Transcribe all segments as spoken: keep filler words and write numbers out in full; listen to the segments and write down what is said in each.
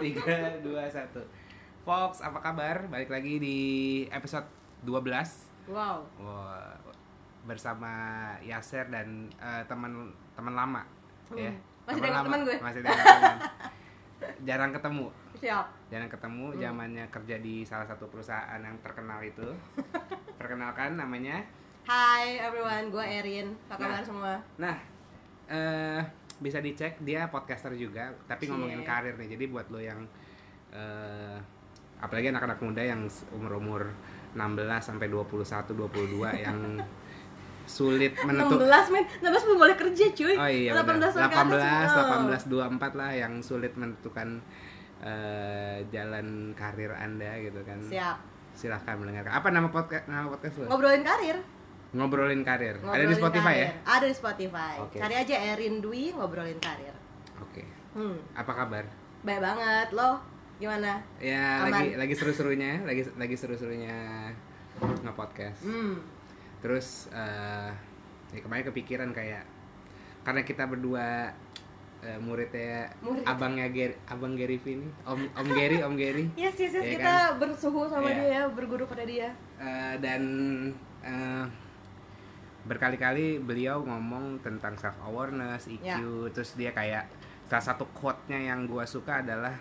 tiga, dua, satu. Fox, apa kabar? Balik lagi di episode dua belas. Wow. Wow. Bersama Yaser dan uh, teman teman lama. Hmm. Ya. Masih dengan teman gue. Masih dengan teman. Jarang ketemu. Siap. Jarang ketemu, hmm. zamannya kerja di salah satu perusahaan yang terkenal itu. Perkenalkan namanya. Hai everyone, gue Erin. Apa kabar nah, semua? Nah, uh, bisa dicek dia podcaster juga, tapi ngomongin Cie. karir nih. Jadi buat lo yang uh, apalagi anak-anak muda yang umur-umur enam belas sampai dua puluh satu, dua puluh dua yang sulit menentukan enam belas men, enam belas belum boleh kerja cuy. Oh iya, delapan belas, delapan belas, delapan belas, dua puluh empat lah yang sulit menentukan uh, jalan karir Anda gitu kan. Siap. Silahkan mendengarkan. Apa nama podcast nama podcast lo? Ngobrolin karir. Ngobrolin karir. Ngobrolin ada di Spotify karir. ya? Ada di Spotify. Okay. Cari aja Erin Dwi ngobrolin karir. Oke. Okay. Hmm. Apa kabar? Baik banget. Lo gimana? Ya, Aman? lagi lagi seru-serunya, lagi lagi seru-serunya nge-podcast. Hmm. Terus uh, ya kemarin kepikiran kayak karena kita berdua uh, muridnya Murid. abangnya Gary, abang Gary V ini, Om Om Gary, Om Gary. Yes, yes, yes. Ya Kita kan? bersuhu sama Yeah. dia ya, berguru pada dia. Uh, dan uh, berkali-kali beliau ngomong tentang self awareness, E Q, Ya. terus dia kayak salah satu quote-nya yang gua suka adalah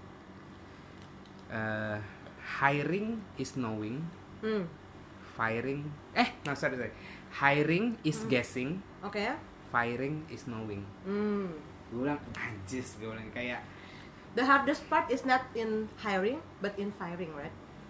uh, hiring is knowing, Hmm. firing eh no sorry sorry hiring is hmm. guessing, Oke okay. firing is knowing. Hmm. Gue bilang anjis, gue bilang kayak The hardest part is not in hiring but in firing, right?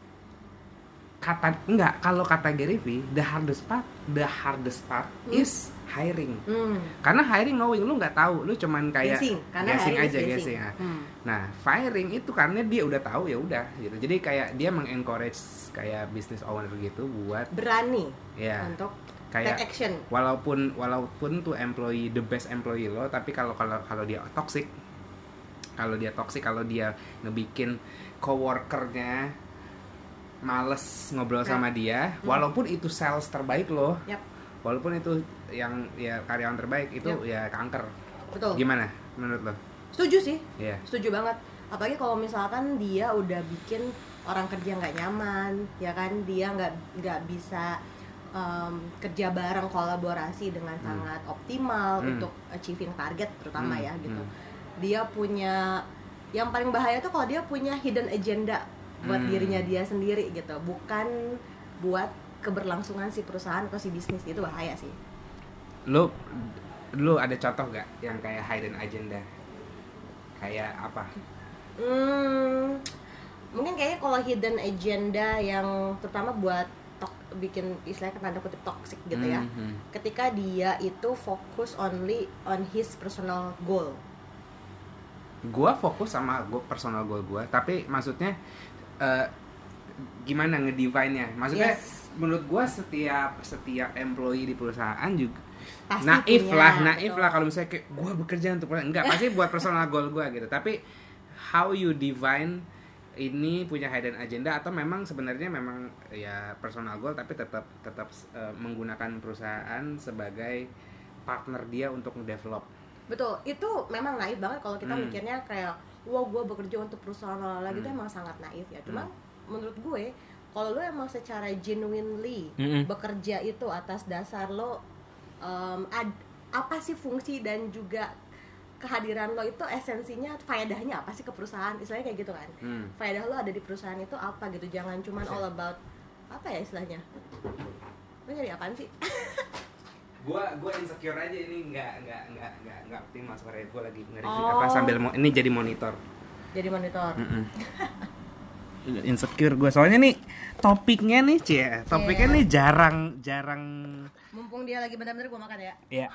kata enggak kalau kata Gary V, the hardest part the hardest part hmm. is hiring. Hmm. Karena hiring knowing lu nggak tahu, lu cuman kayak guessing, karena guessing aja guessing. guessing. Nah. Hmm. nah, firing itu karena dia udah tahu ya udah gitu. Jadi kayak dia mengencourage kayak business owner gitu buat berani ya untuk kayak take action. Walaupun walaupun tuh employee the best employee lo, tapi kalau kalau kalau dia toxic, kalau dia toxic, kalau dia ngebikin coworkernya males ngobrol yep. sama dia, hmm. walaupun itu sales terbaik lo, yep. walaupun itu yang ya karyawan terbaik itu yep. ya kanker. Betul. Gimana menurut lo? Setuju sih, yeah. setuju banget. Apalagi kalau misalkan dia udah bikin orang kerja nggak nyaman, ya kan, dia nggak nggak bisa um, kerja bareng, kolaborasi dengan hmm. sangat optimal hmm. untuk achieving target terutama hmm. ya gitu. Hmm. Dia punya yang paling bahaya tuh kalau dia punya hidden agenda buat hmm. dirinya dia sendiri gitu, bukan buat keberlangsungan si perusahaan atau si bisnis. Itu bahaya sih. Lu lu ada contoh gak yang kayak hidden agenda? Kayak apa? Hmm, mungkin kayaknya kalau hidden agenda yang terutama buat tok, bikin istilahnya tanda kutip toxic gitu ya. Mm-hmm. Ketika dia itu fokus only on his personal goal. Gua fokus sama gua personal goal gua, tapi maksudnya uh, gimana ngedefine-nya? Maksudnya yes. menurut gua setiap setiap employee di perusahaan juga pasti naif punya, lah, naif betul. lah kalau misalnya kayak gua bekerja untuk perusahaan, enggak, pasti buat personal goal gua gitu. Tapi how you define ini punya hidden agenda atau memang sebenarnya memang ya personal goal tapi tetap tetap uh, menggunakan perusahaan sebagai partner dia untuk ngedevelop. Betul, itu memang naif banget kalau kita hmm. mikirnya kayak wah gue bekerja untuk perusahaan lala gitu, hmm. emang sangat naif ya. Cuman hmm. menurut gue kalau lo emang secara genuinely hmm. bekerja itu atas dasar lo um, ad, apa sih fungsi dan juga kehadiran lo itu esensinya, faedahnya apa sih ke perusahaan, istilahnya kayak gitu kan. hmm. Faedah lo ada di perusahaan itu apa gitu, jangan cuman all about apa ya istilahnya. Lo nyari apaan sih? gua gua insecure aja ini, nggak nggak nggak nggak nggak optimal suaranya. Gua lagi nge-review oh. apa sambil mo- ini jadi monitor jadi monitor insecure gua soalnya nih topiknya nih cie topiknya yeah. nih jarang jarang mumpung dia lagi benar-benar gua makan ya. Iya.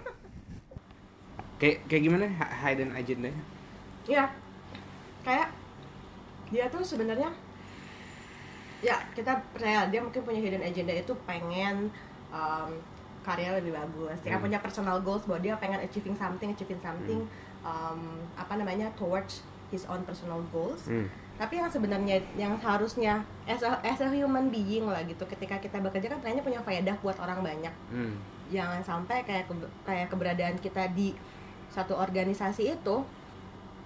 kayak kayak gimana hidden agenda? Iya, kayak dia tuh sebenarnya ya kita percaya dia mungkin punya hidden agenda itu pengen um, karya lebih bagus, dia hmm. punya personal goals bahwa dia pengen achieving something, achieving something hmm. um, apa namanya towards his own personal goals. Hmm. Tapi yang sebenarnya yang harusnya as a, as a human being lah gitu, ketika kita bekerja kan pengennya punya faedah buat orang banyak. Hmm. Jangan sampai kayak ke, kayak keberadaan kita di satu organisasi itu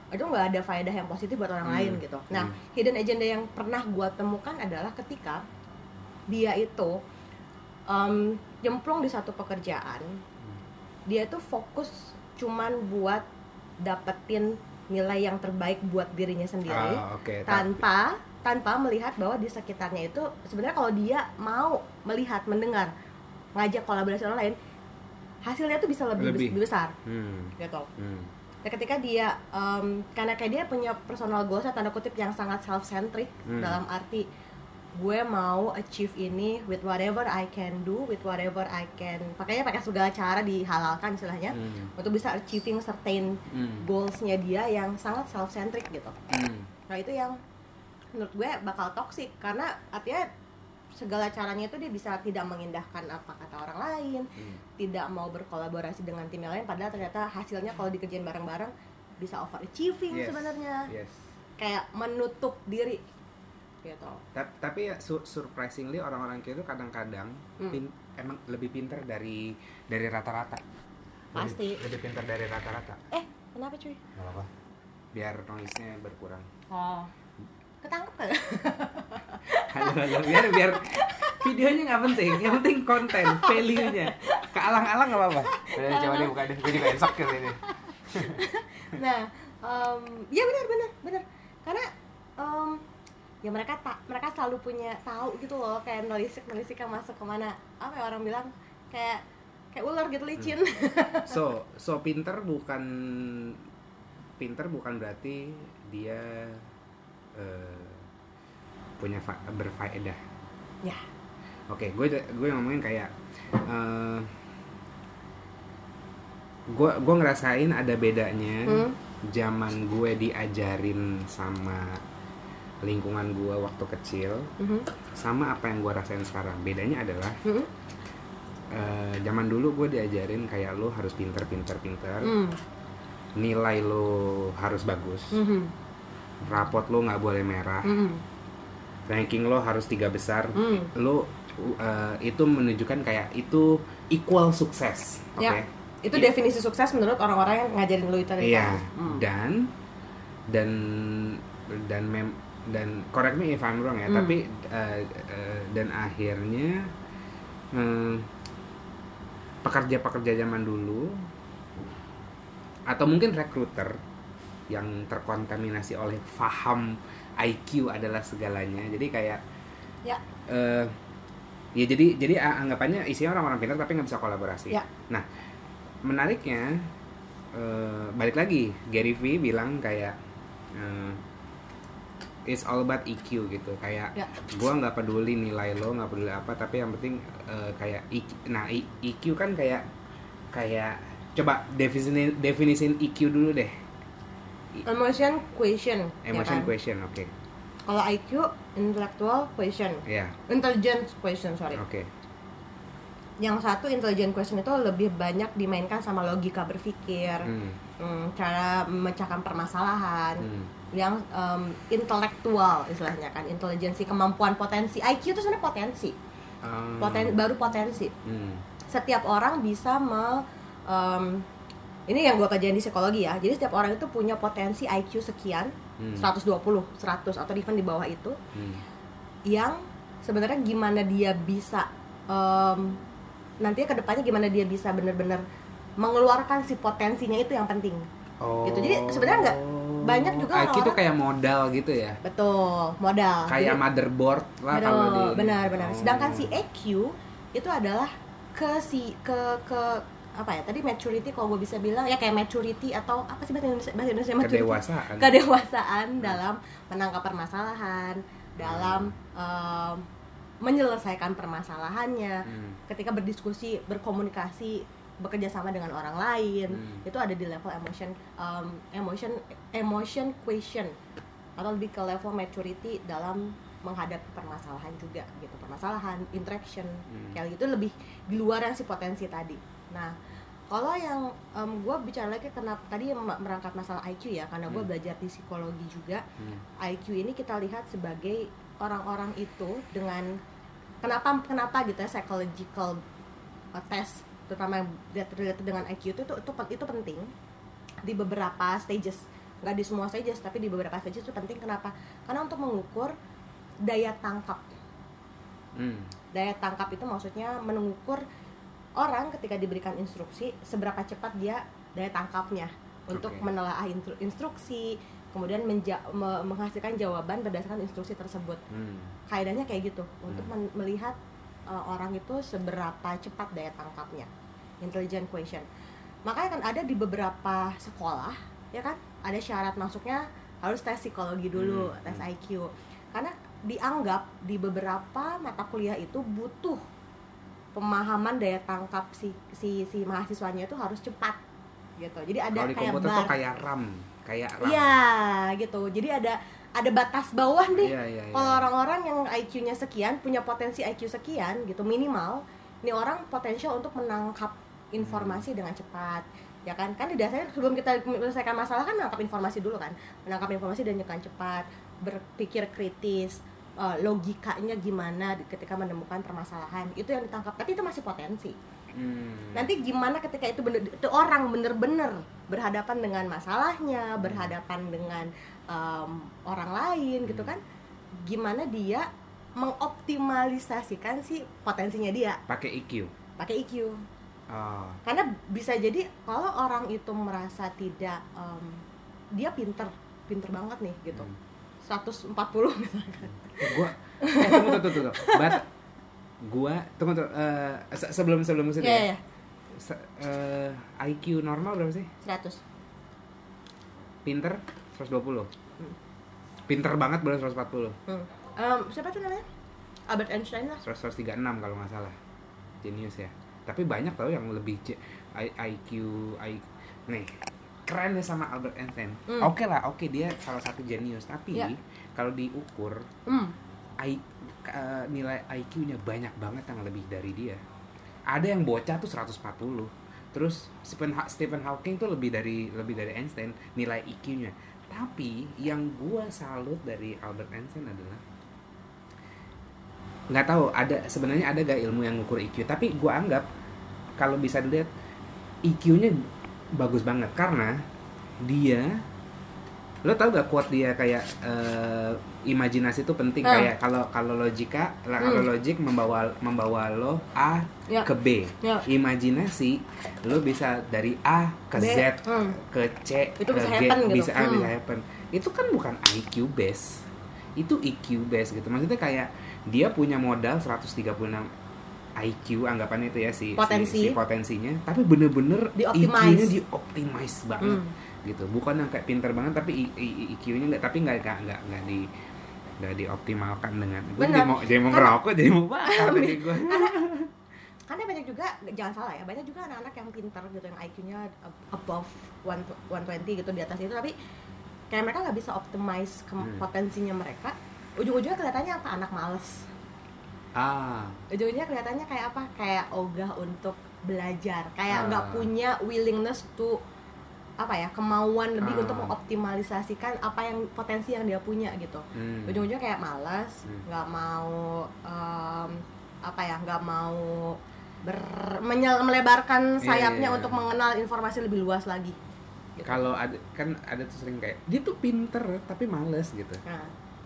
itu nggak ada faedah yang positif buat orang hmm. lain gitu. Nah, hmm. hidden agenda yang pernah gue temukan adalah ketika dia itu um, nyemplung di satu pekerjaan, hmm. dia itu fokus cuman buat dapetin nilai yang terbaik buat dirinya sendiri, oh, okay. tanpa Tapi... tanpa melihat bahwa di sekitarnya itu sebenarnya kalau dia mau melihat, mendengar, ngajak kolaborasi orang lain, hasilnya tuh bisa lebih, lebih. Bes- besar, hmm. gitu. Hmm. Nah, ketika dia, um, karena kayak dia punya personal goals tanda kutip yang sangat self-centric, hmm. dalam arti gue mau achieve ini with whatever I can do, with whatever I can, makanya pakai segala cara dihalalkan istilahnya, hmm. untuk bisa achieving certain hmm. goals-nya dia yang sangat self-centric gitu. Hmm. Nah itu yang menurut gue bakal toxic, karena artinya segala caranya itu dia bisa tidak mengindahkan apa kata orang lain, hmm. tidak mau berkolaborasi dengan tim yang lain, padahal ternyata hasilnya kalau dikerjain bareng-bareng bisa overachieving yes. sebenarnya, yes. kayak menutup diri gitu. Tapi ya surprisingly orang-orang kayak itu kadang-kadang hmm. pin, emang lebih pintar dari dari rata-rata. Pasti. Lebih, lebih pintar dari rata-rata. Eh, kenapa cuy? Gak apa-apa. Biar noise-nya berkurang. Oh. Ketangkep kan? halo, halo. Biar biar videonya nggak penting, yang penting konten, value-nya. Kealang-alang nggak apa-apa. Udah coba deh buka deh, gue juga esok ke sini. Nah, um, ya benar benar benar. Karena um, ya mereka tak mereka selalu punya tahu gitu loh, kayak nelisik nelisik yang masuk kemana, apa ya orang bilang, kayak kayak ular gitu licin. Hmm. So so pinter bukan pinter bukan berarti dia uh, punya fa- berfaedah. Ya. Oke, okay, gue gue ngomongin kayak uh, gue gue ngerasain ada bedanya hmm? zaman gue diajarin sama lingkungan gue waktu kecil mm-hmm. sama apa yang gue rasain sekarang. Bedanya adalah mm-hmm. uh, zaman dulu gue diajarin kayak lo harus pinter pinter pinter mm. nilai lo harus bagus, mm-hmm. rapot lo nggak boleh merah, mm-hmm. ranking lo harus tiga besar, mm. lo uh, itu menunjukkan kayak itu equal sukses, oke? Okay? Ya, itu ya. Definisi sukses menurut orang-orang yang ngajarin lo itu tadi. Iya. Mm. Dan dan dan mem dan correct me if I'm wrong ya, mm. tapi uh, uh, dan akhirnya um, pekerja-pekerja zaman dulu atau mungkin rekruter yang terkontaminasi oleh faham I Q adalah segalanya, jadi kayak ya uh, ya jadi jadi anggapannya isinya orang-orang pintar tapi nggak bisa kolaborasi. Ya. Nah menariknya uh, balik lagi Gary V bilang kayak uh, it's all about E Q gitu, kayak ya. Gue nggak peduli nilai lo, nggak peduli apa, tapi yang penting uh, kayak E Q. Nah E Q kan kayak kayak coba definisin definisin E Q dulu deh. Emotion quotient. Emotion ya kan? quotient, oke. Okay. Kalau I Q intellectual quotient. Iya. Yeah. Intelligence quotient, sorry. Oke. Okay. Yang satu intelligence quotient itu lebih banyak dimainkan sama logika berpikir, hmm. Hmm, cara memecahkan permasalahan. Hmm. Yang um, intelektual istilahnya kan, intelijensi, kemampuan, potensi. I Q itu sebenarnya potensi, um. Poten, baru potensi. Hmm. Setiap orang bisa me, um, ini yang gue kerjain di psikologi ya. Jadi setiap orang itu punya potensi I Q sekian, hmm. seratus dua puluh, seratus atau even di bawah itu, hmm. yang sebenarnya gimana dia bisa um, nantinya kedepannya gimana dia bisa benar-benar mengeluarkan si potensinya itu yang penting. Oh. Gitu. Jadi sebenarnya nggak banyak juga I Q itu kayak modal gitu ya. Betul, modal. Kayak jadi, motherboard lah kalau di benar-benar. Oh. Sedangkan si E Q itu adalah ke si ke ke apa ya? Tadi maturity kalau gue bisa bilang ya kayak maturity atau apa sih bahasa Indonesia? Bahasa Indonesia maturity. Kedewasaan. Kedewasaan hmm. dalam menangkap permasalahan, dalam um, menyelesaikan permasalahannya. Hmm. Ketika berdiskusi, berkomunikasi, bekerja sama dengan orang lain, hmm. itu ada di level emotion um, emotion emotion quotient atau lebih ke level maturity dalam menghadapi permasalahan juga gitu, permasalahan interaction hmm. kayak gitu, lebih di luar yang si potensi tadi. Nah kalau yang um, gue bicara lagi kenapa tadi merangkat masalah I Q ya, karena gue hmm. belajar di psikologi juga. hmm. I Q ini kita lihat sebagai orang-orang itu dengan kenapa kenapa gitu ya, psychological uh, test terutama yang related dengan I Q itu itu itu, itu penting di beberapa stages nggak di semua stages tapi di beberapa stages itu penting. Kenapa? Karena untuk mengukur daya tangkap. Hmm. Daya tangkap itu maksudnya mengukur orang ketika diberikan instruksi seberapa cepat dia daya tangkapnya untuk okay. menelaah instru- instruksi, kemudian menja- me- menghasilkan jawaban berdasarkan instruksi tersebut. Hmm. Kaidahnya kayak gitu hmm. untuk men- melihat uh, orang itu seberapa cepat daya tangkapnya. Intelligent question. Makanya kan ada di beberapa sekolah, ya kan, ada syarat masuknya harus tes psikologi dulu, hmm. tes I Q. Karena dianggap di beberapa mata kuliah itu butuh pemahaman daya tangkap si si, si mahasiswanya itu harus cepat gitu. Jadi ada kalau kayak bar, kayak RAM, kayak RAM. Iya, gitu. Jadi ada ada batas bawah nih. Iya, iya, iya. Kalau orang-orang yang I Q-nya sekian, punya potensi I Q sekian gitu minimal, ini orang potensial untuk menangkap informasi hmm. dengan cepat. Ya kan? Kan di dasarnya sebelum kita menyelesaikan masalah kan menangkap informasi dulu kan. Menangkap informasi dan dengan cepat, berpikir kritis, uh, logikanya gimana ketika menemukan permasalahan. Itu yang ditangkap. Tapi itu masih potensi. Hmm. Nanti gimana ketika itu bener, itu orang bener-bener berhadapan dengan masalahnya, berhadapan dengan um, orang lain gitu kan, gimana dia mengoptimalisasikan si potensinya dia pakai I Q pakai I Q oh. Karena bisa jadi kalau orang itu merasa tidak um, dia pinter pinter banget nih gitu hmm. seratus empat puluh misalkan gua eh tunggu tunggu tunggu Bat gua tunggu tunggu uh, se- sebelum sebelum kesini yeah, ya yeah. Se- uh, I Q normal berapa sih? seratus. Pinter seratus dua puluh. Hmm. Pinter banget baru seratus empat puluh. Hmm. Um, siapa tuh namanya? Albert Einstein lah. seratus tiga puluh enam kalau nggak salah. Genius ya. Tapi banyak tau yang lebih C- I- IQ I nih keren ya sama Albert Einstein. Hmm. Oke okay lah, oke okay, dia salah satu jenius. Tapi yeah. kalau diukur hmm. I, uh, nilai I Q-nya banyak banget yang lebih dari dia. Ada yang bocah tuh seratus empat puluh. Terus Stephen ha- Stephen Hawking tuh lebih dari lebih dari Einstein nilai I Q-nya. Tapi yang gua salut dari Albert Einstein adalah nggak tahu ada sebenarnya ada gak ilmu yang ngukur I Q, tapi gue anggap kalau bisa dilihat I Q-nya bagus banget karena dia, lo tau gak quote dia kayak uh, imajinasi itu penting hmm. kayak kalau kalau logika hmm. kalau logik membawa membawa lo A ya. ke B ya. Imajinasi lo bisa dari A ke B. Z hmm. ke C itu ke bisa G happen, gitu. bisa A hmm. bisa happen. Itu kan bukan I Q base, itu I Q base gitu. Maksudnya kayak dia punya modal seratus tiga puluh enam I Q anggapannya itu ya si Potensi. si, si potensinya, tapi bener-bener I Q-nya dioptimize banget hmm. gitu. Bukan yang kayak pinter banget tapi I, I, I Q-nya enggak, tapi enggak enggak enggak di enggak dioptimalkan dengan gue jadi mau jadi mau ngerokok jadi mau bakar tadi gue. Karena karena banyak juga, jangan salah ya, banyak juga anak-anak yang pinter gitu yang I Q-nya above seratus dua puluh gitu, di atas itu, tapi kayak mereka nggak bisa optimize ke hmm. potensinya mereka. Ujung-ujungnya kelihatannya apa? Anak males. Ah. Ujung-ujungnya kelihatannya kayak apa? Kayak ogah untuk belajar, kayak nggak ah. punya willingness to apa ya, kemauan lebih ah. untuk mengoptimalisasikan apa yang potensi yang dia punya gitu. Hmm. Ujung-ujungnya kayak malas, nggak hmm. mau um, apa ya, nggak mau ber, menyel, melebarkan sayapnya yeah, yeah. untuk mengenal informasi lebih luas lagi. Gitu. Kalau ada kan ada tuh sering kayak dia tuh pinter tapi males gitu. Nah.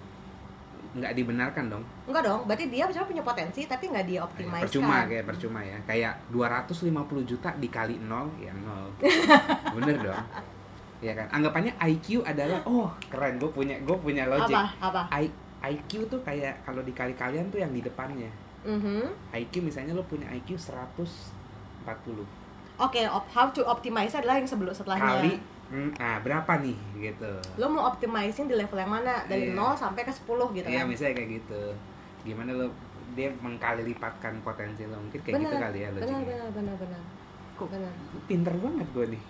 Nggak dibenarkan dong. Enggak dong, berarti dia misalnya punya potensi tapi nggak dia optimize. Percuma kayak percuma ya. Kayak dua ratus lima puluh juta dikali nol ya nol. Bener dong. Iya kan? Anggapannya I Q adalah oh, keren, gue punya gue punya logic. Apa? Apa? I, IQ tuh kayak kalau dikali kalian tuh yang di depannya. Mm-hmm. I Q misalnya lo punya I Q seratus empat puluh. Oke, okay, op- how to optimize adalah yang sebelum setelahnya. Kali Hmm, ah berapa nih gitu. Lo mau optimizing di level yang mana? Dari yeah. nol sampai ke sepuluh gitu yeah, kan? Iya, misalnya kayak gitu. Gimana lo dia mengkali lipatkan potensi lo, mungkin kayak bener, gitu kali ya lo. Benar, benar, benar, benar. Kok benar. Pinter banget gue nih.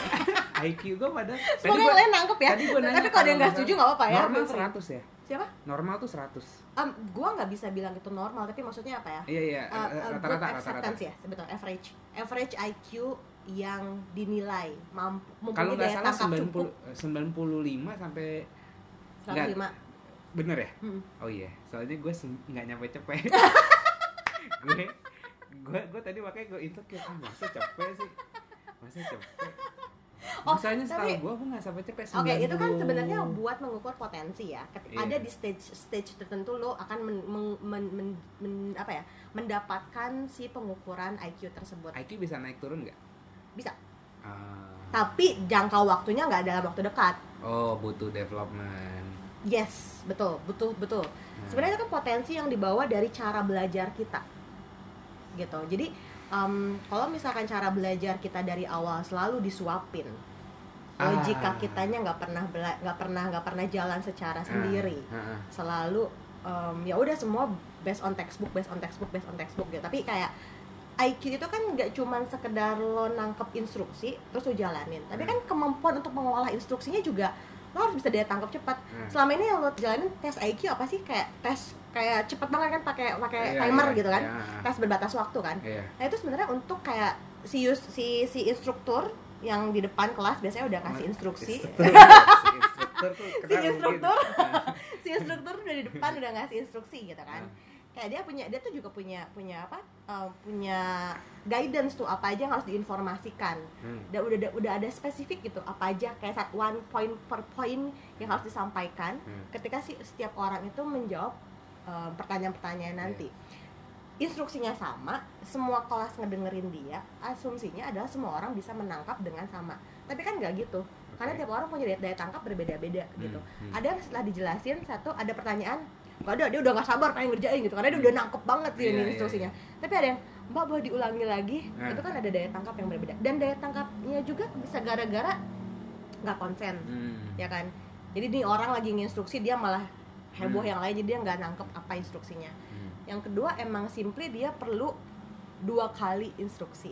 I Q gue pada semoga yang lain nangkep ya. Tapi kalau dia nggak setuju nggak apa-apa ya. Normal seratus ya? Siapa? Normal tuh seratus. Um, gue nggak bisa bilang itu normal, tapi maksudnya apa ya? Iya, iya. Uh, uh, rata-rata, good acceptance rata-rata. Ya, sebetulnya average. Average I Q yang dinilai mampu kalau nggak salah sembilan puluh, sembilan puluh lima sampai seratus lima. Bener ya? Hmm. Oh iya, soalnya gue nggak nyampe cepet. gue gue gue tadi makanya gue insecure, ah, masa cepet sih, masa cepet. Oh, Misalnya tapi- setahu gue, gue nggak sampai cepet Oke, itu kan sembilan puluh. sebenarnya buat mengukur potensi ya. Ket- Iya. Ada di stage stage tertentu lo akan men, men- men- men- men- apa ya, mendapatkan si pengukuran I Q tersebut. I Q bisa naik turun nggak? Bisa. Ah. Tapi jangka waktunya nggak dalam waktu dekat. Oh, butuh development. Yes, betul, betul, betul. Nah. Sebenarnya itu kan potensi yang dibawa dari cara belajar kita, gitu. Jadi um, kalau misalkan cara belajar kita dari awal selalu disuapin, logika Ah. kitanya nggak pernah bela- nggak pernah nggak pernah jalan secara sendiri, Ah, ah. selalu um, ya udah semua based on textbook, based on textbook, based on textbook gitu. Tapi kayak I Q itu kan nggak cuman sekedar lo nangkep instruksi terus lo jalanin, tapi kan kemampuan untuk mengolah instruksinya juga lo harus bisa daya tangkap cepat. Hmm. Selama ini yang lo jalanin tes I Q apa sih, kayak tes kayak cepet banget kan, pakai pakai Iya, timer iya, gitu kan, iya. tes berbatas waktu kan. Iya. Nah itu sebenarnya untuk kayak si us- si si instruktur yang di depan kelas biasanya udah kasih instruksi. Instruktur, si instruktur tuh si kenapa instruktur begitu? si instruktur udah di depan udah ngasih instruksi gitu kan. Hmm. Kayak dia punya dia tuh juga punya punya apa uh, punya guidance tuh apa aja yang harus diinformasikan. Hmm. Dan udah ada- udah ada spesifik gitu apa aja kayak sat- one point per point yang harus disampaikan Hmm. ketika si setiap orang itu menjawab uh, pertanyaan-pertanyaan nanti. Instruksinya sama, semua kelas ngedengerin dia, asumsinya adalah semua orang bisa menangkap dengan sama. Tapi kan nggak gitu, karena Oke. tiap orang punya daya, daya tangkap berbeda-beda gitu. hmm. Ada yang setelah dijelasin satu ada pertanyaan, nggak ada, dia udah nggak sabar pengen ngerjain gitu, karena dia udah nangkep banget sih Iya, ini iya, instruksinya. Tapi ada yang, mbak boleh diulangi lagi, Nah. itu kan ada daya tangkap yang berbeda. Dan daya tangkapnya juga bisa gara-gara nggak konsen, Hmm. ya kan. Jadi nih orang lagi nginstruksi dia malah heboh Hmm. yang lain, jadi dia nggak nangkep apa instruksinya. Hmm. Yang kedua emang simply dia perlu dua kali instruksi.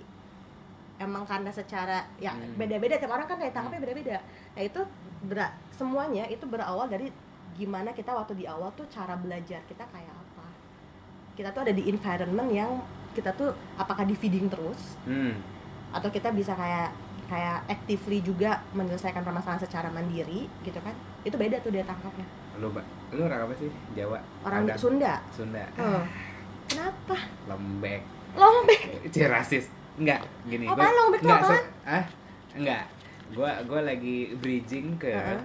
Emang karena secara ya Hmm. beda-beda, tiap orang kan daya tangkapnya beda-beda. Nah itu ber- semuanya itu berawal dari gimana kita waktu di awal tuh cara belajar kita kayak apa. Kita tuh ada di environment yang kita tuh apakah di feeding terus Hmm. atau kita bisa kayak kayak actively juga menyelesaikan permasalahan secara mandiri gitu kan. Itu beda tuh daya tangkapnya. Lu, Mbak, lu orang apa sih? Jawa? Orang Padang? Sunda. Sunda. Hmm. Kenapa? Lembek. Lombek. Cih, rasis. Enggak, gini. Apaan gua- lembek tuh enggak, apaan? se- ah? Enggak. Gua gua lagi bridging ke Heeh.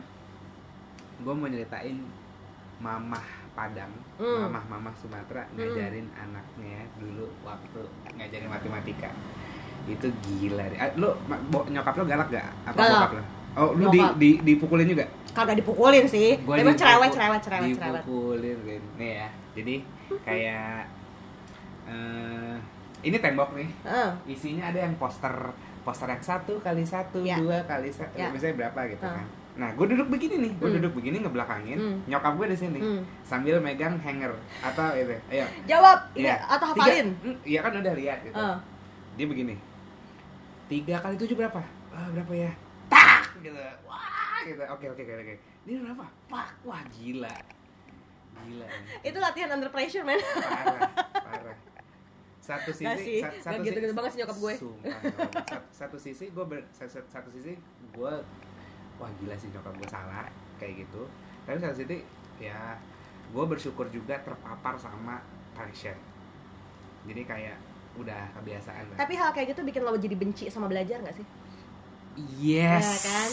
gua mau nyeritain mamah Padang, Hmm. mamah-mamah Sumatera ngajarin anaknya dulu waktu ngajarin matematika. Itu gila deh. Ah, lu ma- bo- nyokap lu galak gak? Apa Galak. bokap lu? Oh, lu di, Nyokap. di dipukulin juga? Karena dipukulin sih. Gua Emang dipukul- cerewet, cerewet, cerewet, cerewet. dipukulin kan. Nih ya. Jadi kayak eh ini tembok nih. Heeh. Isinya ada yang poster poster yang satu kali satu, Ya. dua kali satu, Ya. misalnya berapa gitu Ah. kan. Nah, gue duduk begini nih, gue Hmm. duduk begini ngebelakangin, Hmm. nyokap gue di sini Hmm. sambil megang hanger atau itu, ayo. Jawab, ini Iya. atau Tiga- hafalin? Hmm, iya kan udah lihat gitu. Heeh. Dia begini. Tiga kali tujuh berapa? Ah, berapa ya? Tak gitu. Wah, gitu. Oke, oke, oke, oke. Dia berapa? Pak, wah gila. Gila. Itu latihan under pressure, men. Parah, parah. Satu sisi, Nggak sih, sa- nggak satu gitu-gitu si- banget sih nyokap gue. Sumpah, nyokap. Satu, satu sisi gue ber, satu, satu sisi gue wah gila sih nyokap gue salah kayak gitu. Tapi satu sisi ya gue bersyukur juga terpapar sama pressure. Jadi kayak udah kebiasaan lah. Tapi hal kayak gitu bikin lo jadi benci sama belajar nggak sih? Yes. Ya kan?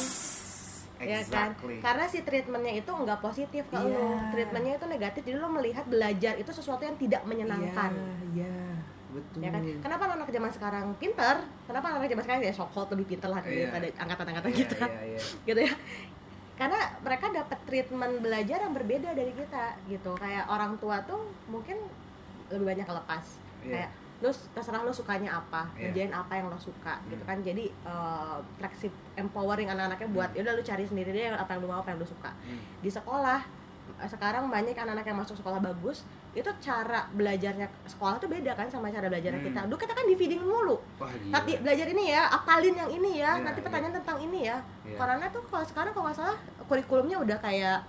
Ya kan? Exactly. Karena si treatmentnya itu nggak positif ke Iya. lo. Treatmentnya itu negatif, jadi lo melihat belajar itu sesuatu yang tidak menyenangkan. Iya, iya, betul. Ya kan? Kenapa anak zaman sekarang pinter? Kenapa anak zaman sekarang ya so-called lebih pinter lah Iya. daripada angkatan-angkatan Iya, kita? iya, iya. Gitu ya. Karena mereka dapat treatment belajar yang berbeda dari kita gitu. Kayak orang tua tuh mungkin lebih banyak lepas. Iya. Kayak lu terserah lu sukanya apa, Iya. ngerjain apa yang lo suka gitu Hmm. kan. Jadi uh, fleksib empowering anak-anaknya buat Hmm. ya udah lu cari sendiri deh apa yang lu mau, apa yang lu suka. Hmm. Di sekolah sekarang banyak anak-anak yang masuk sekolah bagus, itu cara belajarnya sekolah tuh beda kan sama cara belajarnya Hmm. kita. Dulu kita kan di feeding mulu. Wah gila. Nanti belajar ini ya, apalin yang ini ya, Iya, nanti iya. pertanyaan tentang ini ya. Iya. Karena tuh kalau sekarang kalau nggak salah kurikulumnya udah kayak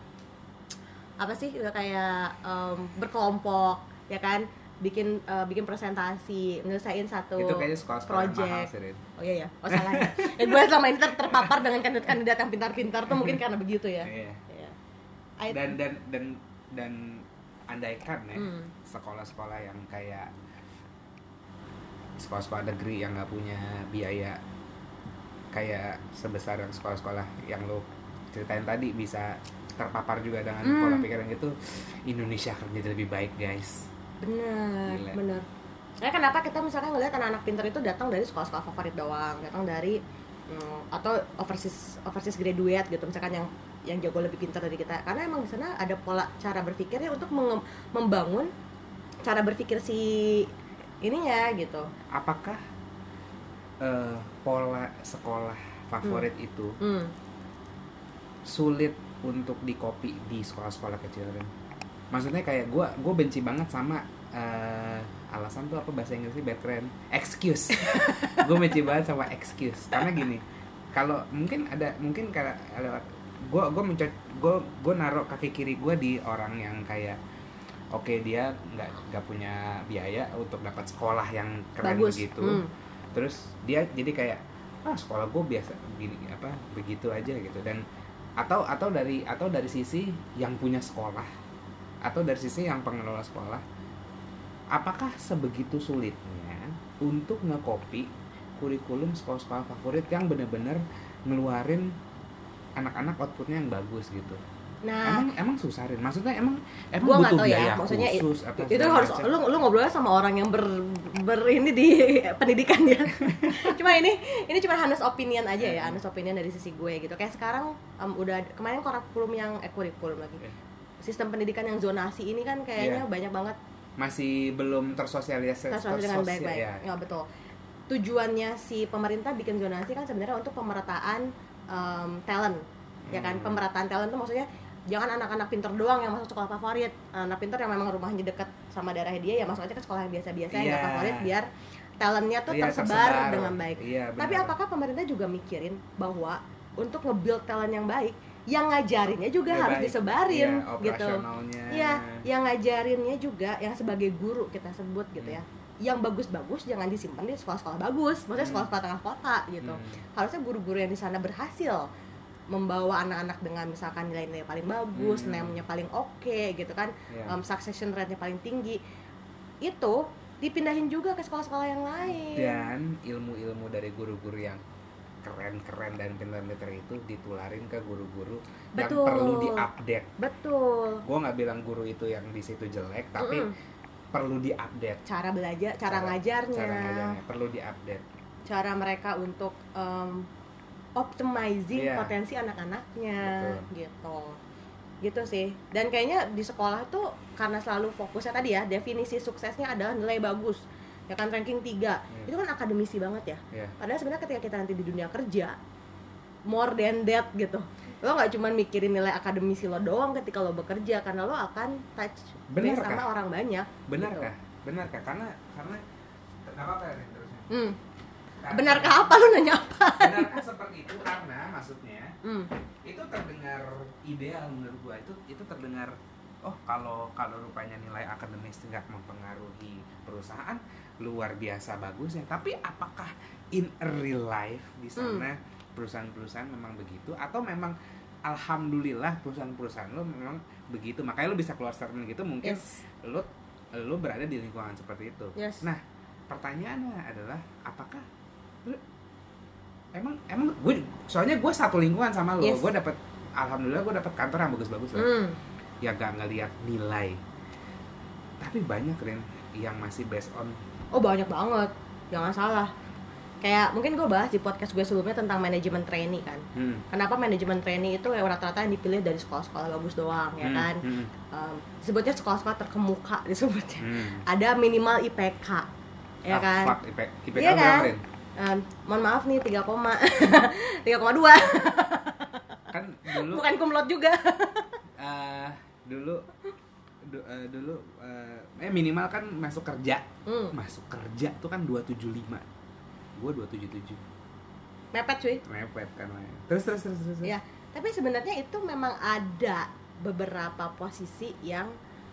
apa sih? Udah kayak em, berkelompok, ya kan? Bikin eh, bikin presentasi, nyelesain satu Itu kayaknya sekolah-sekolah yang mahal project. sih, Rin. Oh iya ya, oh salah ya. Eh, gue selama ini ter- terpapar dengan kandidat-kandidat yang pintar-pintar tuh mungkin karena begitu ya. Iya. Iya. I- dan dan dan dan andaikan ya Hmm. sekolah-sekolah yang kayak sekolah-sekolah negeri yang nggak punya biaya kayak sebesar yang sekolah-sekolah yang lo ceritain tadi bisa terpapar juga dengan Hmm. pola pikir yang itu, Indonesia akan jadi lebih baik guys. Bener, Gila. bener. Nah, kenapa kita misalkan ngelihat anak-anak pintar itu datang dari sekolah-sekolah favorit doang, datang dari hmm, atau overseas overseas graduate gitu, misalkan yang yang jago lebih pintar dari kita, karena emang di sana ada pola cara berpikirnya untuk menge- membangun cara berpikir si ininya gitu. Apakah uh, pola sekolah favorit Hmm. itu Hmm. sulit untuk dikopi di sekolah-sekolah kecil kan? Maksudnya kayak gue gue benci banget sama uh, alasan tuh apa bahasa Inggrisnya bad keren excuse. Gue benci banget sama excuse karena gini, kalau mungkin ada mungkin karena gue gue mencoba gue gue naruh kaki kiri gue di orang yang kayak oke okay, dia nggak nggak punya biaya untuk dapat sekolah yang keren Bagus. begitu, Hmm. terus dia jadi kayak ah sekolah gue biasa begini apa begitu aja gitu, dan atau atau dari atau dari sisi yang punya sekolah atau dari sisi yang pengelola sekolah, apakah sebegitu sulitnya untuk ngekopi kurikulum sekolah-sekolah favorit yang benar-benar ngeluarin anak-anak outputnya yang bagus gitu? Nah, emang emang susah Rin, maksudnya emang emang gua nggak butuh tahu ya, biaya maksudnya khusus it- apa itu segala harus macam? lu lu ngobrolnya sama orang yang ber, ber ini di pendidikan ya. Cuma ini ini cuma honest opinion aja ya, honest opinion dari sisi gue gitu. Kayak sekarang um, udah kemarin kurikulum yang eh kurikulum lagi. Sistem pendidikan yang zonasi ini kan kayaknya Iya. banyak banget Masih belum tersosialisasi tersusun dengan tersosia- baik-baik. ya. Ya betul. Tujuannya si pemerintah bikin zonasi kan sebenarnya untuk pemerataan um, talent. Ya kan, Hmm. pemerataan talent itu maksudnya jangan anak-anak pinter doang yang masuk sekolah favorit. Anak pinter yang memang rumahnya dekat sama daerahnya dia ya masuk aja ke sekolah yang biasa-biasa yang Iya. nggak favorit biar talentnya tuh Iya, tersebar, tersebar. dengan baik. Iya, Tapi benar. apakah pemerintah juga mikirin bahwa untuk nge-build talent yang baik, yang ngajarinnya juga Ya, harus baik. disebarin Iya, gitu. operasionalnya. Iya, yang ngajarinnya juga yang sebagai guru kita sebut gitu ya. Yang bagus-bagus jangan disimpan di sekolah-sekolah bagus, maksudnya Hmm. sekolah-sekolah tengah kota gitu. Hmm. Harusnya guru-guru yang di sana berhasil membawa anak-anak dengan misalkan nilai-nilai paling bagus, Hmm. name-nya paling oke gitu kan, Iya. um, succession rate-nya paling tinggi, itu dipindahin juga ke sekolah-sekolah yang lain. Dan ilmu-ilmu dari guru-guru yang keren-keren dan pintar-pintar itu ditularin ke guru-guru yang Betul. perlu diupdate. Betul. Gue nggak bilang guru itu yang di situ jelek, tapi Mm-mm. perlu diupdate. Cara belajar, cara, ngajarnya, cara ngajarnya perlu diupdate. cara mereka untuk um, optimizing Iya. potensi anak-anaknya, Betul. gitu, gitu sih. Dan kayaknya di sekolah tuh karena selalu fokusnya tadi ya, definisi suksesnya adalah nilai bagus, ya kan ranking tiga, Hmm. itu kan akademisi banget ya. Iya. Padahal sebenarnya ketika kita nanti di dunia kerja, more than that gitu. Lo nggak cuma mikirin nilai akademisi lo doang ketika lo bekerja, karena lo akan touch base Benarkah? sama orang banyak. Benarkah? Benarkah? Karena karena kenapa apa ya terusnya? Gitu. Hmm. Karena- Benarkah apa lo nanya apa? Benarkah seperti itu? Karena maksudnya Hmm. itu terdengar ideal menurut gua, itu itu terdengar oh kalau kalau rupanya nilai akademis nggak mempengaruhi perusahaan luar biasa bagusnya, tapi apakah in a real life di sana perusahaan-perusahaan memang begitu atau memang alhamdulillah perusahaan-perusahaan lo memang begitu makanya lo bisa keluar statement gitu, mungkin Yes. lo lo berada di lingkungan seperti itu. Yes. Nah pertanyaannya adalah apakah lu emang emang gue soalnya gue satu lingkungan sama lo, Yes. gue dapet alhamdulillah gue dapet kantor yang bagus-bagus lah, Hmm. ya gak ngelihat nilai, tapi banyak Rin yang masih based on Oh banyak banget, jangan salah. Kayak mungkin gue bahas di podcast gue sebelumnya tentang manajemen trainee kan. hmm, Kenapa manajemen trainee itu kayak rata-rata yang dipilih dari sekolah-sekolah bagus doang ya hmm, kan. hmm, Um, disebutnya sekolah-sekolah terkemuka disebutnya. hmm. Ada minimal I P K, ya Ah, kan. fuck, I P I P K Iya berapa kan? Rin? Um, mohon maaf nih tiga koma tiga koma dua Kan dulu bukan kumlot juga. eh, dulu du- eh, dulu eh, eh minimal kan masuk kerja, Hmm, masuk kerja tuh kan dua tujuh lima, gue dua tujuh tujuh, mepet cuy. mepet kan Maya. Terus terus terus terus. Ya, tapi sebenarnya itu memang ada beberapa posisi yang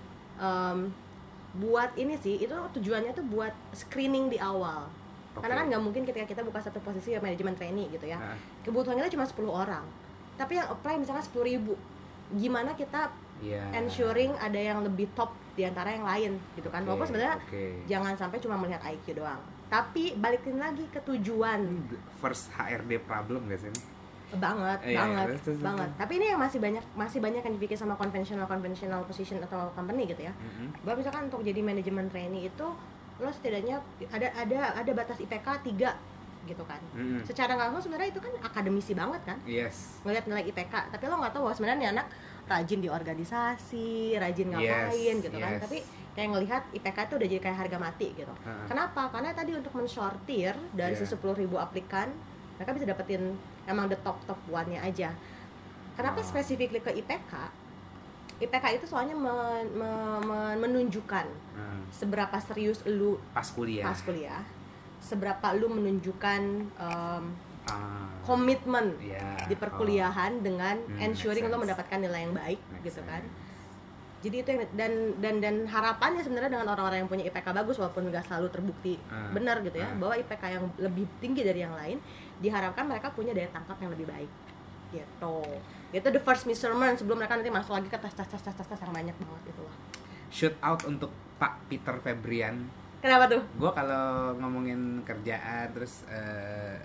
um, buat ini sih, itu tujuannya tuh buat screening di awal. Oke. Karena kan nggak mungkin ketika kita buka satu posisi ya manajemen trainee gitu ya, Nah, kebutuhannya cuma sepuluh orang, tapi yang apply misalnya sepuluh ribu, gimana kita iya. ensuring ada yang lebih top di antara yang lain gitu kan. Oke, Walaupun sebenarnya oke. jangan sampai cuma melihat I Q doang. tapi balikin lagi ke tujuan. First H R D problem gak sih ini? Banget, eh, banget, iya, terus, banget. Terus. Tapi ini yang masih banyak masih banyak yang dibikin sama conventional conventional position atau company gitu ya. Mm-hmm. Bahwa misalkan untuk jadi manajemen trainee itu lo setidaknya ada ada ada batas I P K tiga gitu kan. Mm-hmm. Secara nggak langsung sebenarnya itu kan akademisi banget kan. Yes. Ngelihat nilai I P K, tapi lo nggak tahu bahwa sebenarnya anak rajin di organisasi, rajin ngapain yes, gitu yes. kan. Tapi kayak ngelihat I P K itu udah jadi kayak harga mati gitu. Uh-huh. Kenapa? Karena tadi untuk mensortir dari yeah. sepuluh ribu aplikan, mereka bisa dapetin emang the top top one-nya aja. Kenapa oh. specifically ke I P K? I P K itu soalnya men, men, men, menunjukkan hmm. seberapa serius lu pas kuliah. Pas kuliah. Seberapa lu menunjukkan um, ah. komitmen yeah. di perkuliahan oh. dengan hmm, ensuring lu mendapatkan nilai yang baik makes gitu sense. kan. Jadi itu yang dan dan dan harapannya sebenarnya dengan orang-orang yang punya I P K bagus walaupun nggak selalu terbukti uh, benar gitu ya uh. bahwa I P K yang lebih tinggi dari yang lain diharapkan mereka punya daya tangkap yang lebih baik gitu. Itu the first measurement sebelum mereka nanti masuk lagi ke tes tes tes tes tes yang banyak banget itu lah. Shout out untuk Pak Peter Febrian. Kenapa tuh? Gue kalau ngomongin kerjaan terus uh,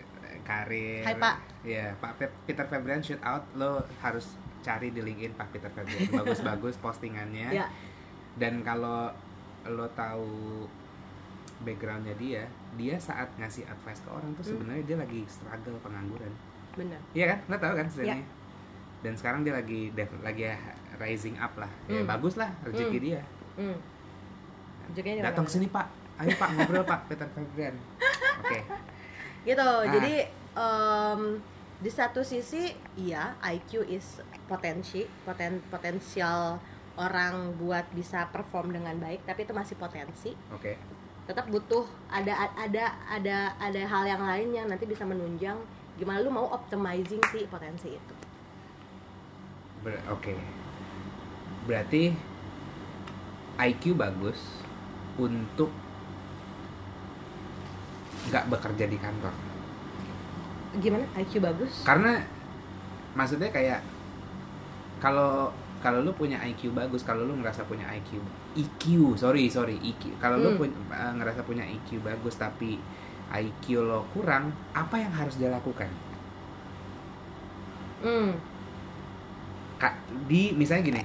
karir. Hai Pak. Ya Pak Peter Febrian shout out, lo harus cari di LinkedIn Pak Peter Febrian, bagus-bagus postingannya. Yeah. Dan kalau lo tahu backgroundnya dia, dia saat ngasih advice ke orang tuh sebenarnya hmm. dia lagi struggle pengangguran. Benar. Iya kan, lo tahu kan sebenarnya. Yeah. Dan sekarang dia lagi dev- lagi rising up lah, ya hmm. bagus lah rezeki hmm. dia. Hmm. Datang sini Pak, ayo Pak ngobrol Pak Peter Febrian. Oke. Okay. Gitu, nah. Jadi um, di satu sisi iya I Q is potensi poten potensial orang buat bisa perform dengan baik, tapi itu masih potensi. Oke. Okay. Tetap butuh ada ada ada ada hal yang lain yang nanti bisa menunjang gimana lu mau optimizing si potensi itu. Ber- Oke. Okay. Berarti I Q bagus untuk nggak bekerja di kantor. Gimana I Q bagus? Karena maksudnya kayak kalau kalau lu punya I Q bagus, kalau lu ngerasa punya I Q I Q, sorry sorry I Q. Kalau hmm. lu punya, uh, ngerasa punya I Q bagus tapi I Q lo kurang, apa yang harus dia lakukan? Hmm. Kak, di misalnya gini,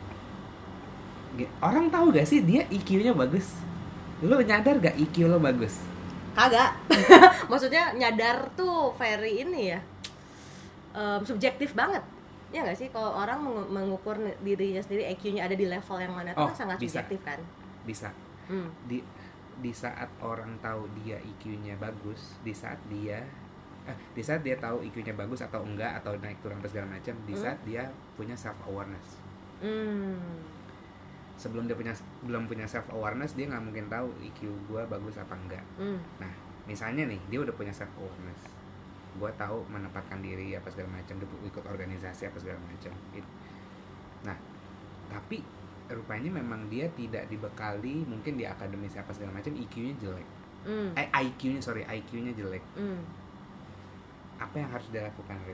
orang tahu gak sih dia I Q-nya bagus? Lu nyadar gak I Q lo bagus? Kagak. Maksudnya nyadar tuh very ini ya, um, subjektif banget. Ya nggak sih, kalau orang mengukur dirinya sendiri I Q-nya ada di level yang mana itu oh, kan sangat bisa. subjektif kan. Bisa. Hmm. Di di saat orang tahu dia I Q-nya bagus, di saat dia eh, di saat dia tahu I Q-nya bagus atau enggak atau naik turun atau segala macam, di saat hmm. dia punya self awareness. Hmm. Sebelum dia punya belum punya self awareness, dia nggak mungkin tahu I Q gue bagus apa enggak. Hmm. Nah, misalnya nih dia udah punya self awareness, gue tahu menempatkan diri apa segala macam, ikut organisasi apa segala macam. Nah, tapi rupanya memang dia tidak dibekali mungkin di akademis apa segala macam, I Q-nya jelek. Mm. Eh, I Q-nya sorry, I Q-nya jelek. Mm. Apa yang harus dia lakukan, Rin?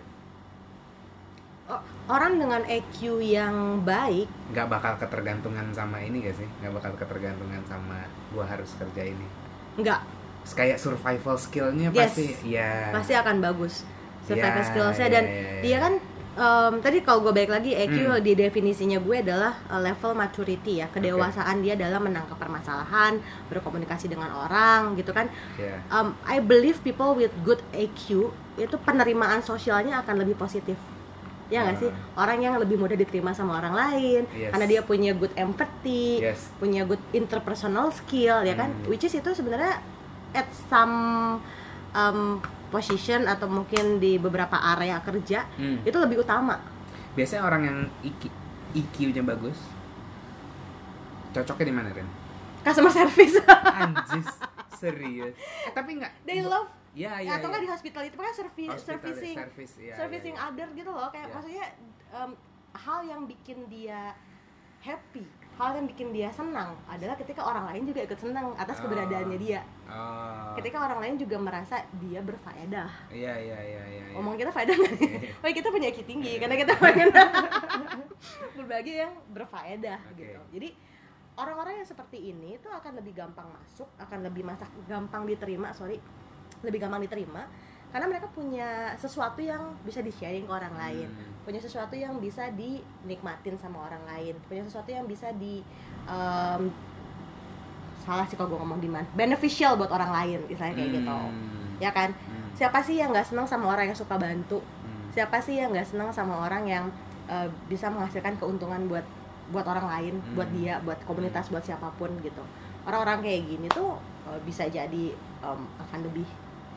Oh, orang dengan I Q yang baik nggak bakal ketergantungan sama ini gak sih? Nggak bakal ketergantungan sama gue harus kerja ini. Nggak. Kayak survival skill-nya yes. pasti ya pasti akan bagus survival ya, skill-nya ya, dan ya, ya. dia kan um, tadi kalau gue balik lagi I Q hmm. di definisinya gue adalah uh, level maturity ya, kedewasaan okay. dia dalam menangkap permasalahan, berkomunikasi dengan orang gitu kan. yeah. um, I believe people with good I Q itu penerimaan sosialnya akan lebih positif. Ya nggak uh. sih, orang yang lebih mudah diterima sama orang lain yes. karena dia punya good empathy, yes. punya good interpersonal skill ya kan, hmm. which is itu sebenarnya at some um, position atau mungkin di beberapa area kerja hmm. itu lebih utama. Biasanya orang yang I Q-nya bagus cocoknya di mana, Ren? Customer service. Anjis, serius. Eh, tapi enggak. They love. Ya, ya, atau ya. nggak di hospitality, pokoknya servi- servicing, service, ya, servicing ya, ya. other gitu loh, kayak ya. maksudnya um, hal yang bikin dia happy, hal yang bikin dia senang adalah ketika orang lain juga ikut senang atas oh. keberadaannya dia. Oh. Ketika orang lain juga merasa dia berfaedah. Iya iya iya iya. Omong kita faedah nggak nih? Wah kita punya I Q tinggi karena kita pengen berbagi yang berfaedah okay. gitu. Jadi orang-orang yang seperti ini itu akan lebih gampang masuk, akan lebih masak gampang diterima, sorry, lebih gampang diterima karena mereka punya sesuatu yang bisa di-sharing ke orang lain, hmm. punya sesuatu yang bisa dinikmatin sama orang lain, punya sesuatu yang bisa di um, salah sih kalau gue ngomong di mana, beneficial buat orang lain, istilahnya kayak hmm. gitu, ya kan? Hmm. Siapa sih yang nggak senang sama orang yang suka bantu? Hmm. Siapa sih yang nggak senang sama orang yang uh, bisa menghasilkan keuntungan buat buat orang lain, hmm. buat dia, buat komunitas, buat siapapun gitu. Orang-orang kayak gini tuh uh, bisa jadi um, akan lebih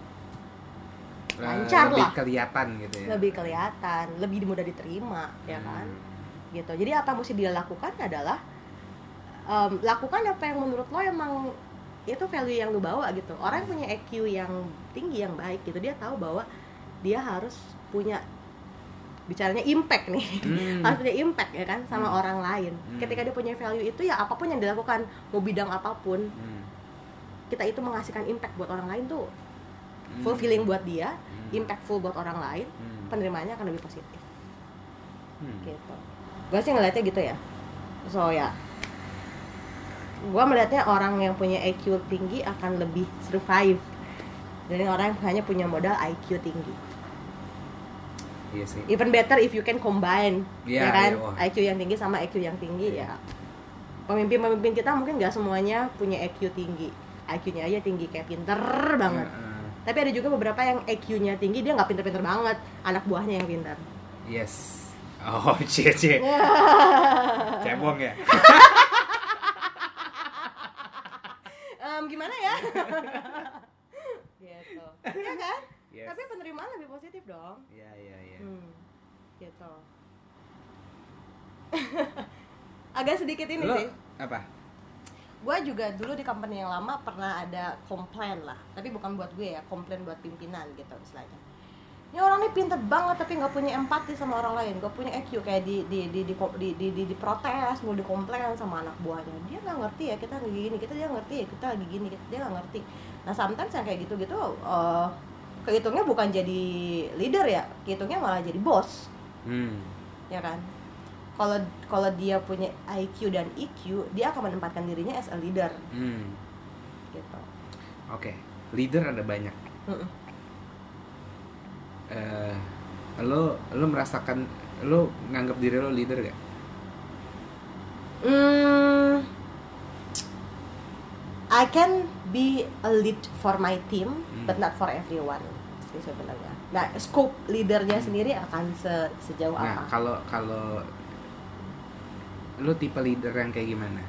lancar lebih lah, kelihatan gitu ya, lebih kelihatan, lebih mudah diterima, hmm. ya kan? Gitu. Jadi apa yang mesti dia lakukan adalah Um, lakukan apa yang menurut lo emang itu value yang lo bawa gitu. Orang yang punya E Q yang tinggi, yang baik gitu, dia tahu bahwa dia harus punya, bicaranya impact nih, hmm. harus punya impact ya kan sama hmm. orang lain. hmm. Ketika dia punya value itu, ya apapun yang dilakukan, mau bidang apapun, hmm. kita itu menghasilkan impact buat orang lain tuh hmm. fulfilling buat dia, hmm. impactful buat orang lain, hmm. penerimaannya akan lebih positif. hmm. Gitu. Gue sih ngeliatnya gitu ya. So ya, gue melihatnya orang yang punya I Q tinggi akan lebih survive dari orang yang hanya punya modal I Q tinggi. Iya sih. Even better if you can combine, yeah, ya kan? Yeah, oh. I Q yang tinggi sama I Q yang tinggi, yeah. ya. Pemimpin-pemimpin kita mungkin nggak semuanya punya I Q tinggi, I Q-nya aja tinggi kayak pinter banget. Yeah, uh. Tapi ada juga beberapa yang I Q-nya tinggi, dia nggak pinter-pinter banget, anak buahnya yang pintar. Yes. Oh, cie cie. Cebong ya. Um, gimana ya? Gitu. Ya kan? Yes. Tapi penerimaan lebih positif dong. Iya, iya, iya. Hmm. Gitu. Agak sedikit ini Lo, sih. apa? Gue juga dulu di company yang lama pernah ada komplain lah. Tapi bukan buat gue ya, komplain buat pimpinan gitu istilahnya. Ini orang ini pinter banget tapi nggak punya empati sama orang lain, nggak punya E Q, kayak di di di di di di, di, di protes, mau dikomplain sama anak buahnya. Dia nggak ngerti ya kita lagi gini, kita dia ngerti ya kita lagi gini, kita, dia nggak ngerti. Nah sometimes yang kayak gitu-gitu uh, kehitungnya bukan jadi leader ya, kehitungnya malah jadi bos, hmm. ya kan? Kalau kalau dia punya I Q dan E Q, dia akan menempatkan dirinya as a leader, hmm. gitu. Oke, okay. Leader ada banyak. Mm-mm. Uh, lo lo merasakan lo nganggap diri lo leader gak? Hmm, I can be a lead for my team, hmm. but not for everyone sih sebenarnya. Nah, scope leadernya hmm. sendiri akan se- sejauh nah, apa? Nah, kalau kalau lo tipe leader yang kayak gimana?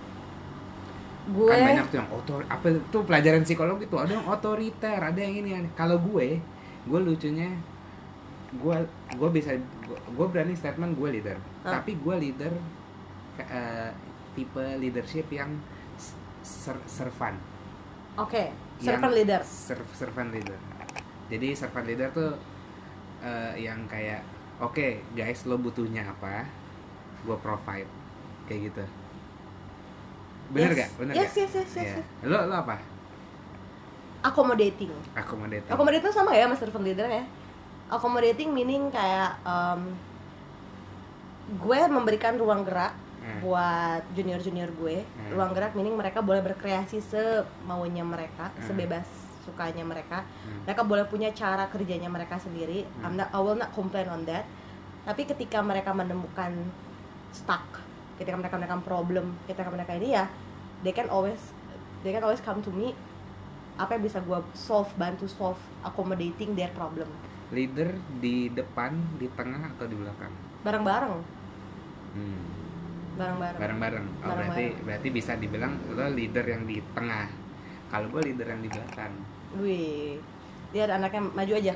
Gue kan banyak tuh yang otor, apa tuh pelajaran psikologi tuh, ada yang otoriter, ada yang ini. Kalau gue gue lucunya gue gue bisa gue berani statement gue leader, huh? Tapi gue leader uh, tipe leadership yang ser- servant. Oke, okay. servant leader. Ser- servant leader. Jadi servant leader tuh uh, yang kayak oke okay, guys, lo butuhnya apa, gue provide kayak gitu. Bener yes. gak? Bener yes, gak? Yes, yes, yes, yeah. yes. Lo lo apa? Accommodating. Accommodating. Accommodating sama ya, mas servant leader ya. Accommodating meaning kayak um, gue memberikan ruang gerak hmm. buat junior-junior gue. Hmm. Ruang gerak meaning mereka boleh berkreasi semaunya mereka, hmm. sebebas sukanya mereka. Hmm. Mereka boleh punya cara kerjanya mereka sendiri. Hmm. I'm not, I will not complain on that. Tapi ketika mereka menemukan stuck, ketika mereka menemukan problem, ketika mereka ini ya, they can always they can always come to me. Apa yang bisa gue solve, bantu solve, accommodating their problem. Leader di depan, di tengah, atau di belakang? Bareng-bareng. Hmm. Bareng-bareng. Bareng-bareng. Oh, Bareng-bareng. berarti berarti bisa dibilang lo leader yang di tengah. Kalau gue leader yang di belakang. Wih, dia ada anaknya maju aja.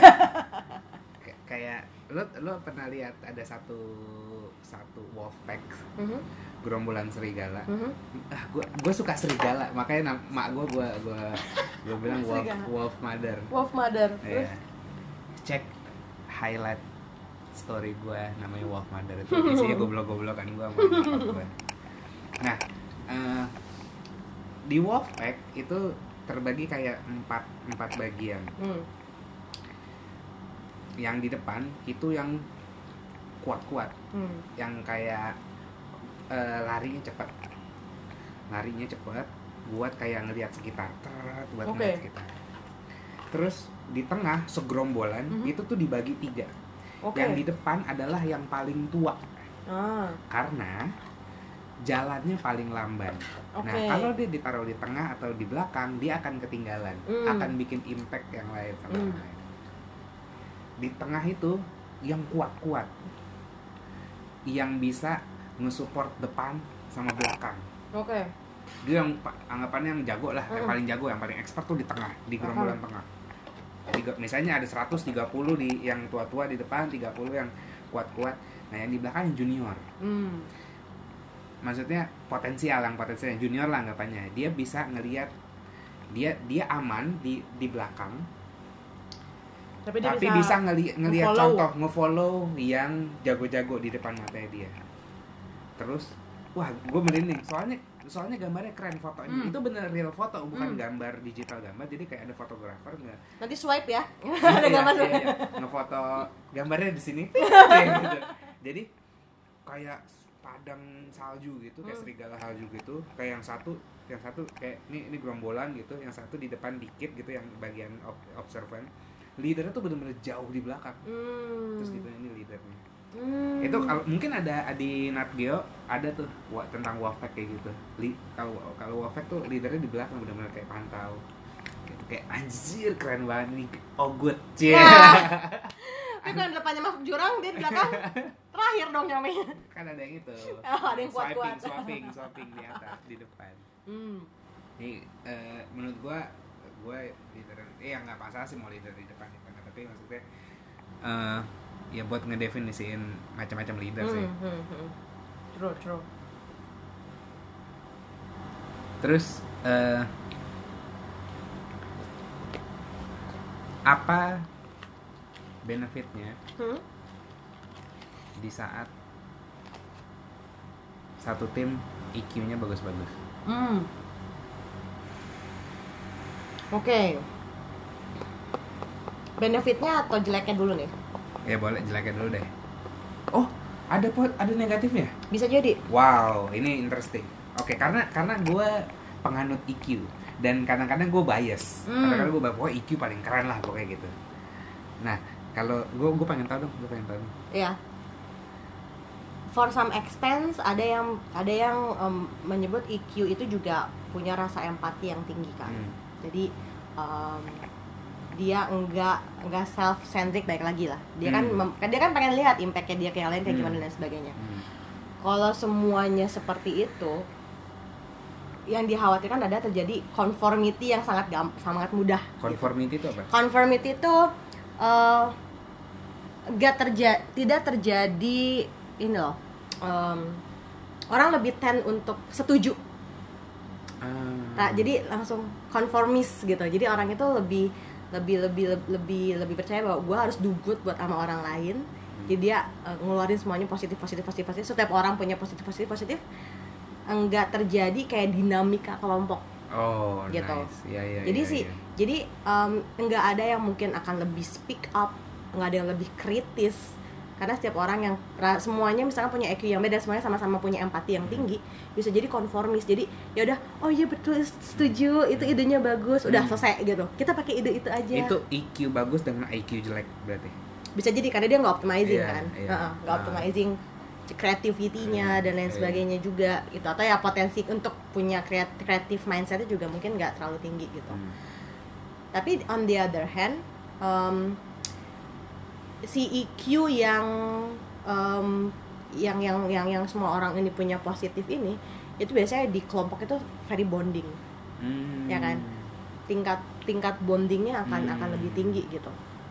Kay- kayak lo lo pernah lihat ada satu satu wolf pack. Mm-hmm. Gerombolan serigala. Mm-hmm. Ah, gue gue suka serigala, makanya nama, mak gue gue gue gue bilang wolf wolf mother. Wolf mother. Yeah. Cek highlight story gue, namanya wolf mother itu. Isinya goblok-goblokan gue sama nyokap gue. Nah, uh, di wolf pack itu terbagi kayak empat empat bagian. Mm. Yang di depan itu yang kuat-kuat, mm. yang kayak Uh, larinya cepat, larinya cepet, buat kayak ngelihat sekitar, teret, buat okay. ngelihat sekitar. Terus di tengah segerombolan mm-hmm. itu tuh dibagi tiga. Okay. Yang di depan adalah yang paling tua, ah. karena jalannya paling lamban. Okay. Nah kalau dia ditaruh di tengah atau di belakang, dia akan ketinggalan, mm. akan bikin impact yang lain sama mm. lain. Di tengah itu yang kuat-kuat, yang bisa nge-support depan sama belakang. Oke. Okay. Dia yang anggapannya yang jago lah, mm. yang paling jago, yang paling expert tuh di tengah, di gerombolan uh-huh. tengah. Tiga, misalnya ada seratus tiga puluh di yang tua-tua di depan, tiga puluh yang kuat-kuat. Nah, yang di belakang yang junior. Mm. Maksudnya potensial, yang potensial yang junior lah anggapannya. Dia bisa ngelihat, dia dia aman di di belakang. Tapi, dia tapi bisa, bisa ngeli- ngelihat nge-follow. Contoh, nge-follow yang jago-jago di depan matanya dia. Terus, wah, gue merinding. Soalnya, soalnya gambarnya keren fotonya. Hmm. Itu bener real foto, bukan hmm. gambar digital gambar. Jadi kayak ada fotografer nggak? Nanti swipe ya. Ada gambar iya, iya. Ngefoto gambarnya di sini. Gitu. Jadi kayak padang salju gitu, kayak hmm. serigala salju gitu. Kayak yang satu, yang satu kayak ini ini gerombolan gitu. Yang satu di depan dikit gitu, yang bagian observan. Leadernya tuh benar-benar jauh di belakang. Hmm. Terus gitu ini leadernya. Hmm. Itu kalau mungkin ada di Nat Geo ada tuh wa, tentang Wafek kayak gitu. Li, kalau kalau Wafek tuh leadernya di belakang benar-benar kayak pantau. Gitu, kayak anjir keren banget nih. Oh good. Yeah. Nah. Tapi kalau depannya masuk jurang dia di belakang terakhir dong nyamenya. Kan ada yang itu. Oh, ada yang kuat-kuat. Swapping, swapping di atas, di depan. Hmm. Nih uh, menurut gua gue leader, eh nggak masalah sih mau leader di depan di tengah, tapi maksudnya uh, ya buat ngedefinisiin macam-macam leader sih. Hmm, hmm, hmm. True, true. Terus uh, apa benefitnya hmm? di saat satu tim I Q-nya bagus-bagus? Hmm. Oke, okay. Benefitnya atau jeleknya dulu nih? Ya boleh jeleknya dulu deh. Oh, ada ada negatifnya? Bisa jadi. Wow, ini interesting. Oke, okay, karena karena gue penganut I Q dan kadang-kadang gue bias. Hmm. Kadang-kadang gue bias, oh I Q paling keren lah pokoknya gitu. Nah, kalau gue gue pengen tahu dong, gue pengen tahu. Iya. For some extent ada yang ada yang um, menyebut I Q itu juga punya rasa empati yang tinggi kan. Hmm. Jadi um, dia enggak enggak self centric, baik lagi lah. Dia hmm. kan mem, dia kan pengen lihat impact-nya dia ke yang lain kayak hmm. gimana dan sebagainya. Hmm. Kalau semuanya seperti itu, yang dikhawatirkan ada terjadi conformity yang sangat gam, sangat mudah. Conformity gitu. Itu apa? Conformity itu uh, enggak terjadi, tidak terjadi ini loh. Um, orang lebih tend untuk setuju. Nah, jadi langsung konformis gitu. Jadi orang itu lebih lebih lebih lebih lebih percaya bahwa gue harus do good buat sama orang lain. Jadi dia uh, ngeluarin semuanya positif positif positif positif. Setiap orang punya positif positif positif. Enggak terjadi kayak dinamika kelompok. Oh, gitu. Nice. Ya, ya, jadi ya, sih, ya. jadi um, enggak ada yang mungkin akan lebih speak up, enggak ada yang lebih kritis. Karena setiap orang yang semuanya misalkan punya I Q yang beda, semuanya sama-sama punya empati yang tinggi, bisa jadi konformis. Jadi ya udah, oh iya betul, setuju, itu idenya bagus, udah selesai gitu. Kita pakai ide itu aja. Itu I Q bagus dengan I Q jelek berarti. Bisa jadi karena dia nggak optimizing yeah, kan, yeah. uh-uh, nggak optimizing creativity-nya yeah, dan lain yeah. sebagainya juga. Itu atau ya potensi untuk punya creative mindset-nya juga mungkin nggak terlalu tinggi gitu. Hmm. Tapi on the other hand, um, si I Q yang um, yang yang yang yang semua orang ini punya positif ini, itu biasanya di kelompok itu very bonding, hmm. ya kan, tingkat tingkat bondingnya akan hmm. akan lebih tinggi gitu.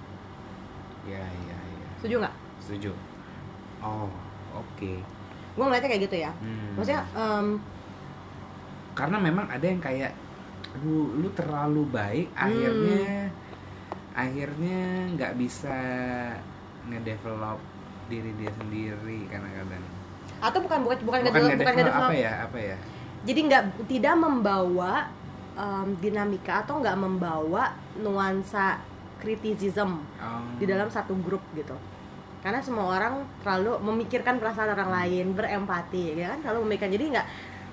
Ya ya ya. Setuju nggak? Setuju. Oh oke. Okay. Gue ngeliatnya kayak gitu ya. Hmm. Maksudnya um, karena memang ada yang kayak lu lu terlalu baik, hmm. akhirnya akhirnya nggak bisa ngedevelop diri dia sendiri kadang-kadang. Atau bukan bukan bukan bukan ngedevelop, bukan ngedevelop apa ya apa ya? Jadi nggak tidak membawa um, dinamika atau nggak membawa nuansa kritisism oh. di dalam satu grup gitu. Karena semua orang terlalu memikirkan perasaan orang lain, berempati, ya kan? Terlalu memikirkan, jadi nggak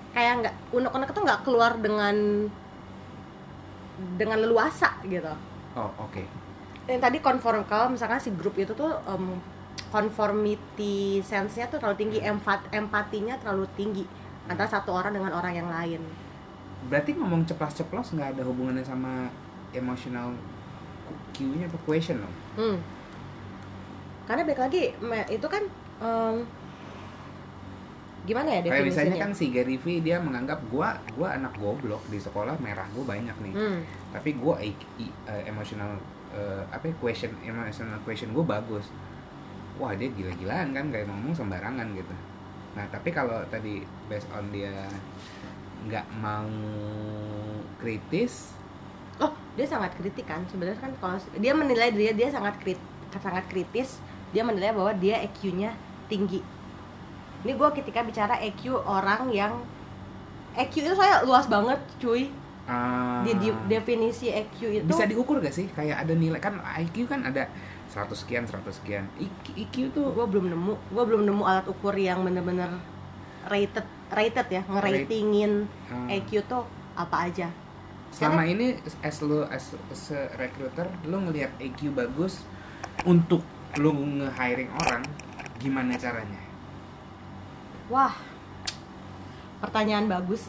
kayak nggak unek-unek itu nggak keluar dengan dengan leluasa gitu. Oh oke. Okay. Yang tadi konform, kalau misalkan si grup itu tuh um, conformity sense-nya tuh terlalu tinggi, empat empatinya terlalu tinggi antara satu orang dengan orang yang lain. Berarti ngomong ceplas-ceplos nggak ada hubungannya sama emotional Q-nya atau question loh? Hmm. Karena balik lagi itu kan um, gimana ya definisinya? Kayak misalnya kan si Gary V dia menganggap gua gua anak goblok di sekolah, merah gua banyak nih. Hmm. Tapi gua uh, emotional uh, apa question emotional question gua bagus. Wah, dia gila-gilaan kan, kayak ngomong sembarangan gitu. Nah, tapi kalau tadi based on dia nggak mau kritis, oh dia sangat kritik kan sebenarnya kan. Kalau dia menilai dia dia sangat krit sangat kritis, dia menilai bahwa dia E Q-nya tinggi. Ini gue ketika bicara E Q orang yang E Q itu saya luas banget cuy. Uh, di, di definisi E Q itu bisa diukur gak sih? Kayak ada nilai kan, I Q kan ada seratus sekian seratus sekian. E Q tuh gue belum nemu gue belum nemu alat ukur yang bener-bener rated rated ya, ngeratingin hmm. E Q tuh apa aja. Selama karena, ini as lu as, as a recruiter lu ngelihat E Q bagus untuk lu nge-hiring orang, gimana caranya? Wah, pertanyaan bagus.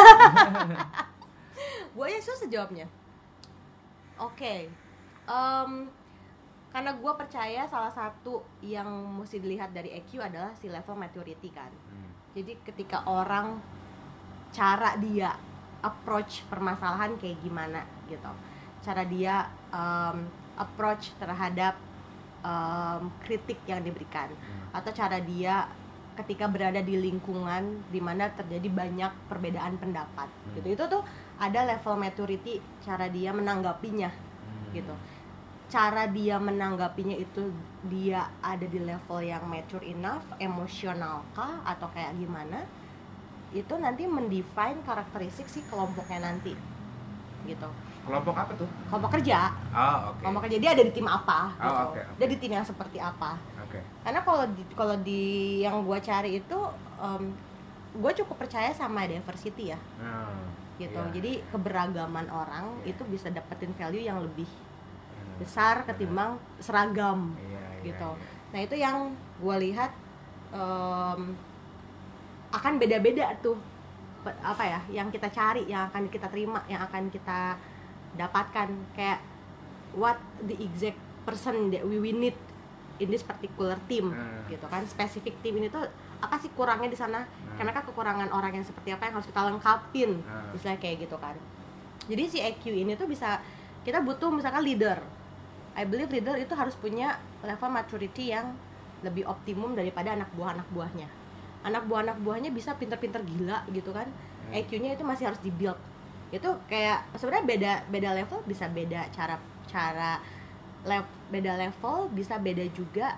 Gue ya susah jawabnya. Oke, okay. um, karena gue percaya salah satu yang mesti dilihat dari E Q adalah si level maturity kan. Hmm. Jadi ketika orang, cara dia approach permasalahan kayak gimana gitu, cara dia um, approach terhadap um, kritik yang diberikan, hmm. atau cara dia ketika berada di lingkungan di mana terjadi banyak perbedaan pendapat, hmm. gitu. Itu tuh ada level maturity, cara dia menanggapinya, hmm. gitu. Cara dia menanggapinya itu dia ada di level yang mature enough, emosional kah atau kayak gimana? Itu nanti mendefine karakteristik si kelompoknya nanti, gitu. Kelompok apa tuh? Kelompok kerja. Oh, oke. Okay. Kelompok kerja dia ada di tim apa? Oh, gitu. Okay, okay. Dia di tim yang seperti apa? Oke. Okay. Karena kalau di kalau di yang gue cari itu, um, gue cukup percaya sama diversity ya, hmm, gitu. Yeah. Jadi keberagaman orang yeah. itu bisa dapetin value yang lebih hmm. besar ketimbang hmm. seragam, yeah, gitu. Yeah, yeah. Nah itu yang gue lihat um, akan beda-beda tuh, apa ya? Yang kita cari, yang akan kita terima, yang akan kita dapatkan, kayak what the exact person that we, we need in this particular team, hmm. gitu kan. Spesifik tim ini tuh apa sih kurangnya di sana? Hmm. Karena kan kekurangan orang yang seperti apa yang harus kita lengkapin, hmm. misalnya kayak gitu kan. Jadi si E Q ini tuh bisa kita butuh misalkan leader. I believe leader itu harus punya level maturity yang lebih optimum daripada anak buah anak buahnya. Anak buah anak buahnya bisa pinter-pinter gila gitu kan. Hmm. E Q-nya itu masih harus di-build. Itu kayak sebenarnya beda beda level, bisa beda cara cara le, beda level, bisa beda juga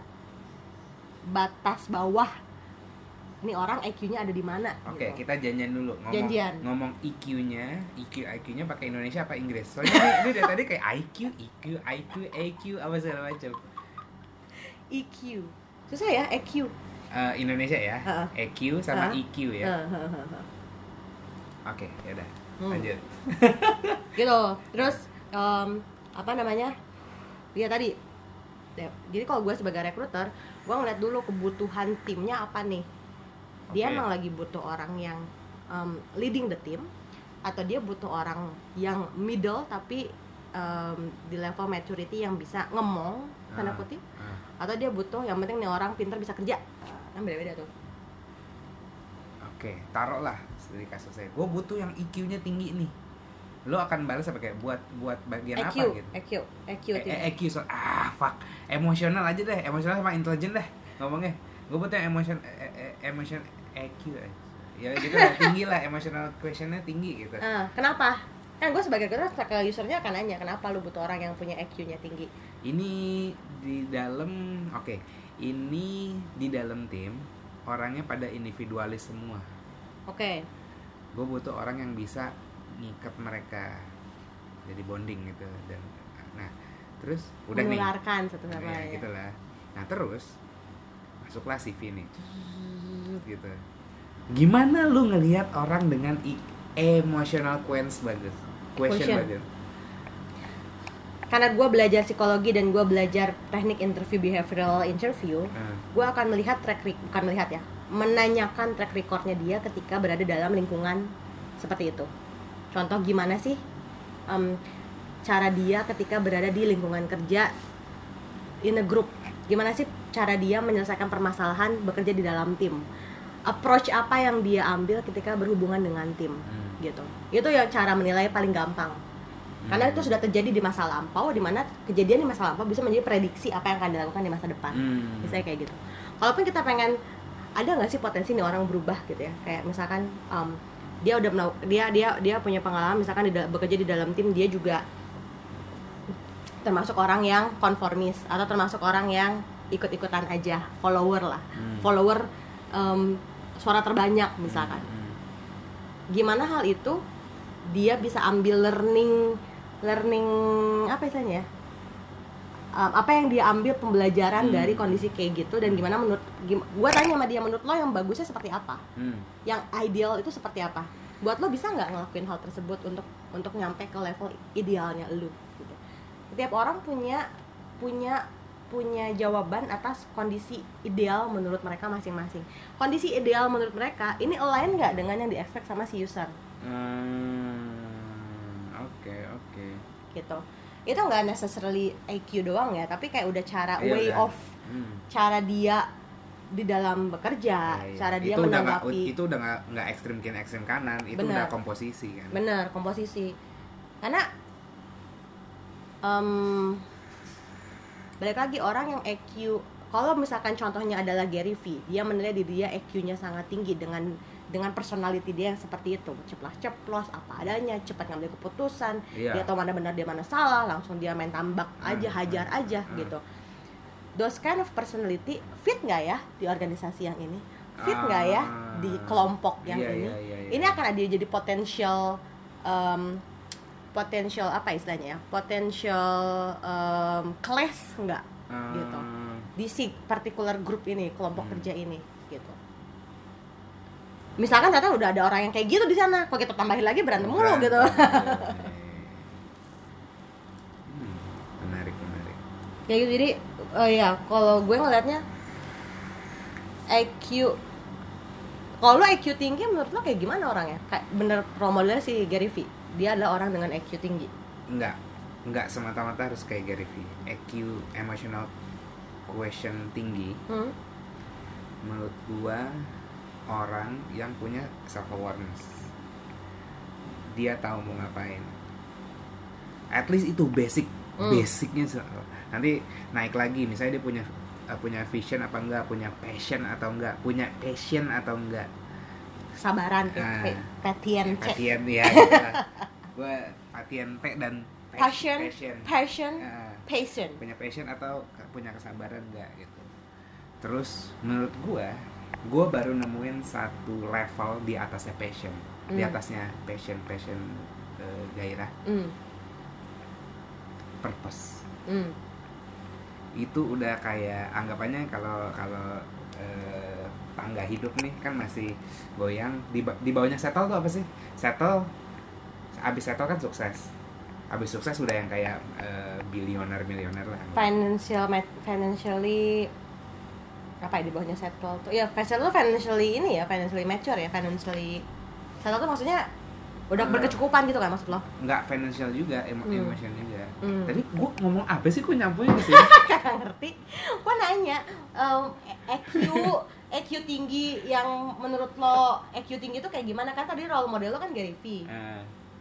batas bawah ini orang E Q-nya ada di mana. Oke, gitu. Kita janjian dulu ngomong janjian. ngomong E Q-nya, E Q I Q-nya pakai Indonesia apa Inggris? Soalnya ini, ini dari tadi kayak I Q, E Q, I Q, E Q apa segala macam. E Q. Susah ya E Q. Uh, Indonesia ya. Uh-uh. E Q sama uh-uh. E Q ya. Uh-huh. Oke, ya udah. Hmm. Lanjut. Gitu. Terus um, apa namanya? Dia tadi. Jadi kalau gue sebagai recruiter, gue ngeliat dulu kebutuhan timnya apa nih. Dia okay. emang lagi butuh orang yang um, leading the team, atau dia butuh orang yang middle tapi um, di level maturity yang bisa ngemong tanda kutip, uh, uh. atau dia butuh yang penting nih orang pintar bisa kerja. Kan beda-beda tuh. Oke, okay. Taruhlah dari kasus saya, gue butuh yang E Q-nya tinggi nih. Lo akan balas apa kayak buat buat bagian E Q, apa gitu? E Q, E Q, e, e, E Q so, ah fuck, emosional aja deh, emosional sama intelijen deh ngomongnya. Gue butuh yang emotion, e, e, emotion E Q aja. Ya gitu lah, tinggi lah, emotional questionnya tinggi gitu. Uh, kenapa? Kan gue sebagai recruiter ke usernya akan nanya kenapa lo butuh orang yang punya E Q-nya tinggi. Ini di dalam, oke, okay. Ini di dalam tim orangnya pada individualis semua. Oke. Okay. Gue butuh orang yang bisa ngikat mereka jadi bonding gitu, dan nah terus udah nih menularkan satu sama lain ya, gitulah. Nah terus masuklah C V nih gitu, Gimana lu ngelihat orang dengan i- emotional quench bagus? Question, Question. bagus. Karena gue belajar psikologi dan gue belajar teknik interview, behavioral interview, Hmm. gue akan melihat track record, bukan melihat ya, menanyakan track recordnya dia ketika berada dalam lingkungan seperti itu. Contoh gimana sih um, cara dia ketika berada di lingkungan kerja in a group, gimana sih cara dia menyelesaikan permasalahan bekerja di dalam tim, approach apa yang dia ambil ketika berhubungan dengan tim, Hmm. gitu. Itu yang cara menilai paling gampang. Karena itu sudah terjadi di masa lampau, di mana kejadian di masa lampau bisa menjadi prediksi apa yang akan dilakukan di masa depan. Hmm. Misalnya kayak gitu. Kalaupun kita pengen, ada nggak sih potensi nih orang berubah gitu ya? Kayak misalkan um, dia udah menaw- dia dia dia punya pengalaman, misalkan di da- bekerja di dalam tim, dia juga termasuk orang yang konformis atau termasuk orang yang ikut-ikutan aja, follower lah, Hmm. follower um, suara terbanyak misalkan. Hmm. Gimana hal itu dia bisa ambil learning learning apa istilahnya ya, um, apa yang dia ambil pembelajaran Hmm. dari kondisi kayak gitu, dan gimana menurut gim- gue tanya sama dia, menurut lo yang bagusnya seperti apa, Hmm. yang ideal itu seperti apa, buat lo bisa nggak ngelakuin hal tersebut untuk untuk nyampe ke level idealnya lo gitu. Setiap orang punya punya punya jawaban atas kondisi ideal menurut mereka masing-masing. Kondisi ideal menurut mereka ini align nggak dengan yang di-expect sama si user. Hmm. Oke, oke. Gitu. Itu nggak necessarily I Q doang ya, tapi kayak udah cara Iya, way udah. of Hmm. cara dia di dalam bekerja, Ya, ya. cara dia itu udah nggak, menanggapi. itu udah nggak nggak ekstrim kiri ekstrim kanan, itu Bener. udah komposisi kan. Bener, komposisi. Karena um, balik lagi, orang yang E Q, kalau misalkan contohnya adalah Gary V, dia menilai diri dia E Q-nya sangat tinggi dengan dengan personality dia yang seperti itu, ceplas ceplos apa adanya, cepat ngambil keputusan, Iya. dia tahu mana benar dia mana salah, langsung dia main tambak aja, Hmm, hajar hmm, aja hmm. gitu. Those kind of personality fit nggak ya di organisasi yang ini, fit nggak ya di kelompok yang Iya, ini, iya, iya, iya. ini akan ada jadi potential um, potential apa istilahnya ya, potential um, clash nggak Hmm. gitu di si particular group ini, kelompok Hmm. kerja ini gitu. Misalkan ternyata udah ada orang yang kayak gitu di sana, kalau kita tambahin lagi berantem mulu Berantem, gitu. iya, iya. Hmm, menarik, menarik. Kayak gitu. Jadi oh ya, kalau gue ngeliatnya I Q, kalau lo I Q tinggi menurut lo kayak gimana orangnya? Kayak bener role modelnya si Gary V, dia adalah orang dengan I Q tinggi. Enggak, enggak semata-mata harus kayak Gary V. E Q, emotional quotient tinggi, Hmm? menurut gua orang yang punya self awareness. Dia tahu mau ngapain. At least itu basic, Hmm. basicnya. Nanti naik lagi, misalnya dia punya uh, punya vision apa enggak, punya passion atau enggak, punya passion atau enggak. Sabaran, Ah. kayak Patian, Passion ya, gitu lah. Gua passion P dan passion, passion. passion, Ah. passion. Punya passion atau punya kesabaran enggak gitu. Terus menurut gua, gua baru nemuin satu level di atasnya passion, di Hmm. atasnya passion, passion uh, gairah, Hmm. purpose. Hmm. Itu udah kayak anggapannya kalau kalau uh, tangga hidup nih kan masih goyang, di ba- di bawahnya settle tuh apa sih? Settle, abis settle kan sukses. Abis sukses udah yang kayak uh, bilioner milioner lah. Financial, mat- financially apa ya di bawahnya settle tuh? Ya, financial financially ini ya, financially mature ya, financially settle tuh maksudnya udah Hmm. berkecukupan gitu kan maksud lo? Nggak financial juga, emo- Hmm. emotion juga. Hmm. Tadi gua ngomong apa sih, kok nyampuin ke sini? Kakak ngerti. Gua nanya, um, E Q E Q tinggi yang menurut lo E Q tinggi itu kayak gimana? Kan tadi role model lo kan Gary V. Eh.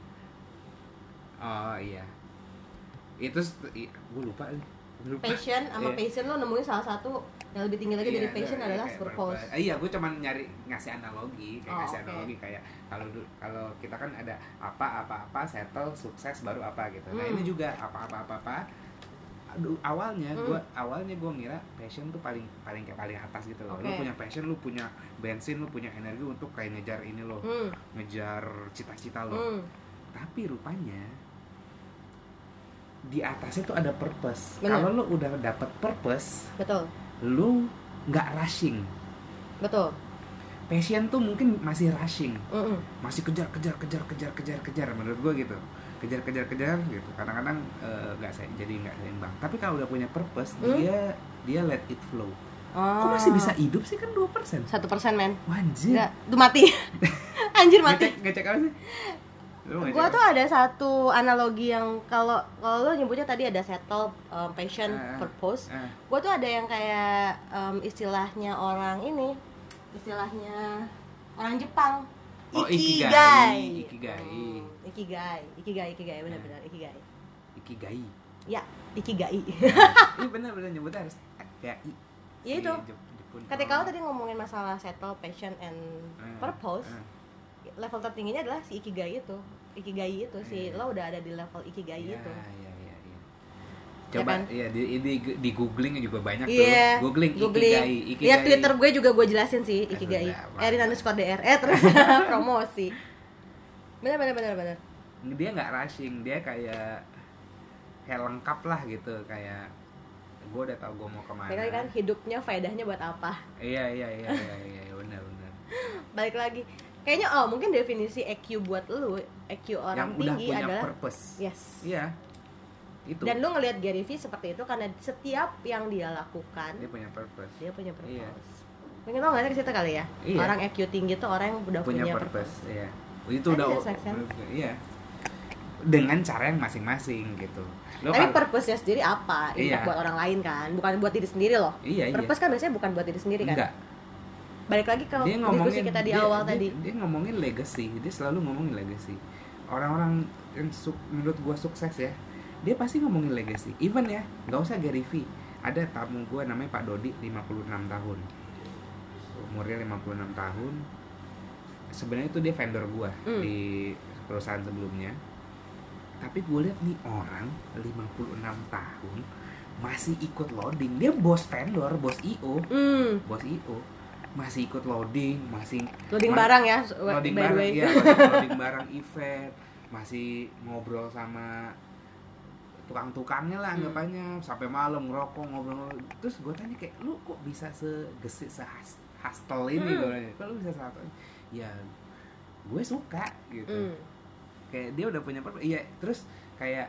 Oh iya. Itu gue lupa nih. Gua lupa. Passion sama Iya. passion lo nemuin salah satu yang lebih tinggi lagi dari Iya, passion iya, adalah kayak purpose. purpose. Iya, gue cuman nyari ngasih analogi, kayak Oh, ngasih oke. analogi kayak kalau du- kalau kita kan ada apa apa apa settle sukses baru apa gitu. Nah Hmm. ini juga apa apa apa apa. Aduh, awalnya Hmm. gue awalnya gue ngira passion tuh paling paling kayak paling atas gitu loh. Lu Oke. punya passion, lu punya bensin, lu punya energi untuk kayak ngejar ini loh, Hmm. ngejar cita-cita lo. Hmm. Tapi rupanya di atasnya tuh ada purpose. Benar. Kalau lu udah dapet purpose, Betul. lu nggak rushing. Betul. passion tuh mungkin masih rushing, Mm-mm. masih kejar kejar kejar kejar kejar kejar menurut gue gitu, kejar kejar kejar gitu. Kadang-kadang nggak uh, jadi nggak seimbang. Tapi kalau udah punya purpose, mm? dia dia let it flow. Oh. Kok masih bisa hidup sih, kan dua persen? satu persen men. Anjir. Nggak, tuh mati. Anjir mati. Ngecek, ngecek apa sih? Gua tuh ada satu analogi yang kalau kalau lo nyebutnya tadi ada settle, um, passion, uh, purpose. Uh. Gua tuh ada yang kayak um, istilahnya orang ini, istilahnya orang Jepang. Oh, ikigai. Ikigai. Hmm, ikigai. Ikigai, ikigai benar-benar ikigai. Ikigai. Ya, ikigai. Iya benar-benar nyebutnya harus ikigai. Ya itu. Ketika lo tadi ngomongin masalah settle, passion, and uh, purpose, uh. level tertingginya adalah si ikigai itu. Ikigai itu si uh. lo udah ada di level ikigai yeah, itu. Iya, iya, iya. Coba ya, kan? Ya di, di di googling juga banyak yeah, tuh. Googling, googling. Ikigai, Ikigai. Lihat Twitter gue juga gue jelasin sih ikigai. Erin underscore dr eh terus promosi. Benar benar benar benar. Dia nggak rushing, dia kayak kayak lengkap lah gitu, kayak gue udah tau gue mau kemana. Mereka kan hidupnya faedahnya buat apa? Iya iya iya iya iya benar benar. Balik lagi, kayaknya oh mungkin definisi E Q buat lu, E Q orang yang tinggi udah punya adalah purpose. Yes. Iya. Itu. Dan lu ngelihat Gary Vee seperti itu karena setiap yang dia lakukan dia punya purpose. Dia punya purpose. Iya. Pengen tau nggak sih kita kali ya? Iya. Orang E Q tinggi tuh orang yang udah punya, punya purpose. purpose. Iya. Itu udah iya. Dengan cara yang masing-masing gitu. Lo tapi kan, purpose-nya sendiri apa? Impact iya. buat orang lain kan, bukan buat diri sendiri loh. Iya, purpose iya. kan biasanya bukan buat diri sendiri kan. Enggak. Balik lagi ke diskusi kita di dia, awal dia, tadi. Dia ngomongin legacy, dia selalu ngomongin legacy. Orang-orang yang su- menurut gua sukses ya, dia pasti ngomongin legacy. Even ya, nggak usah Gary Vee. Ada tamu gua namanya Pak Dodi, lima puluh enam tahun. Umurnya lima puluh enam tahun. Sebenarnya itu dia vendor gua mm. di perusahaan sebelumnya. Tapi gue lihat nih orang lima puluh enam tahun masih ikut loading. Dia bos vendor, bos I O, mm. bos I O masih ikut loading, masih loading ma- barang ya, loading by barang, way. ya, masih loading barang event, masih ngobrol sama tukang-tukangnya lah anggapannya, mm. sampai malam ngerokok ngobrol. Terus gue tanya kayak, lu kok bisa segesit sehastel ini? Mm. Gue nanya, kok lu bisa sehastel? Ya, gue suka gitu. Mm. Kayak dia udah punya purpose. Iya, terus kayak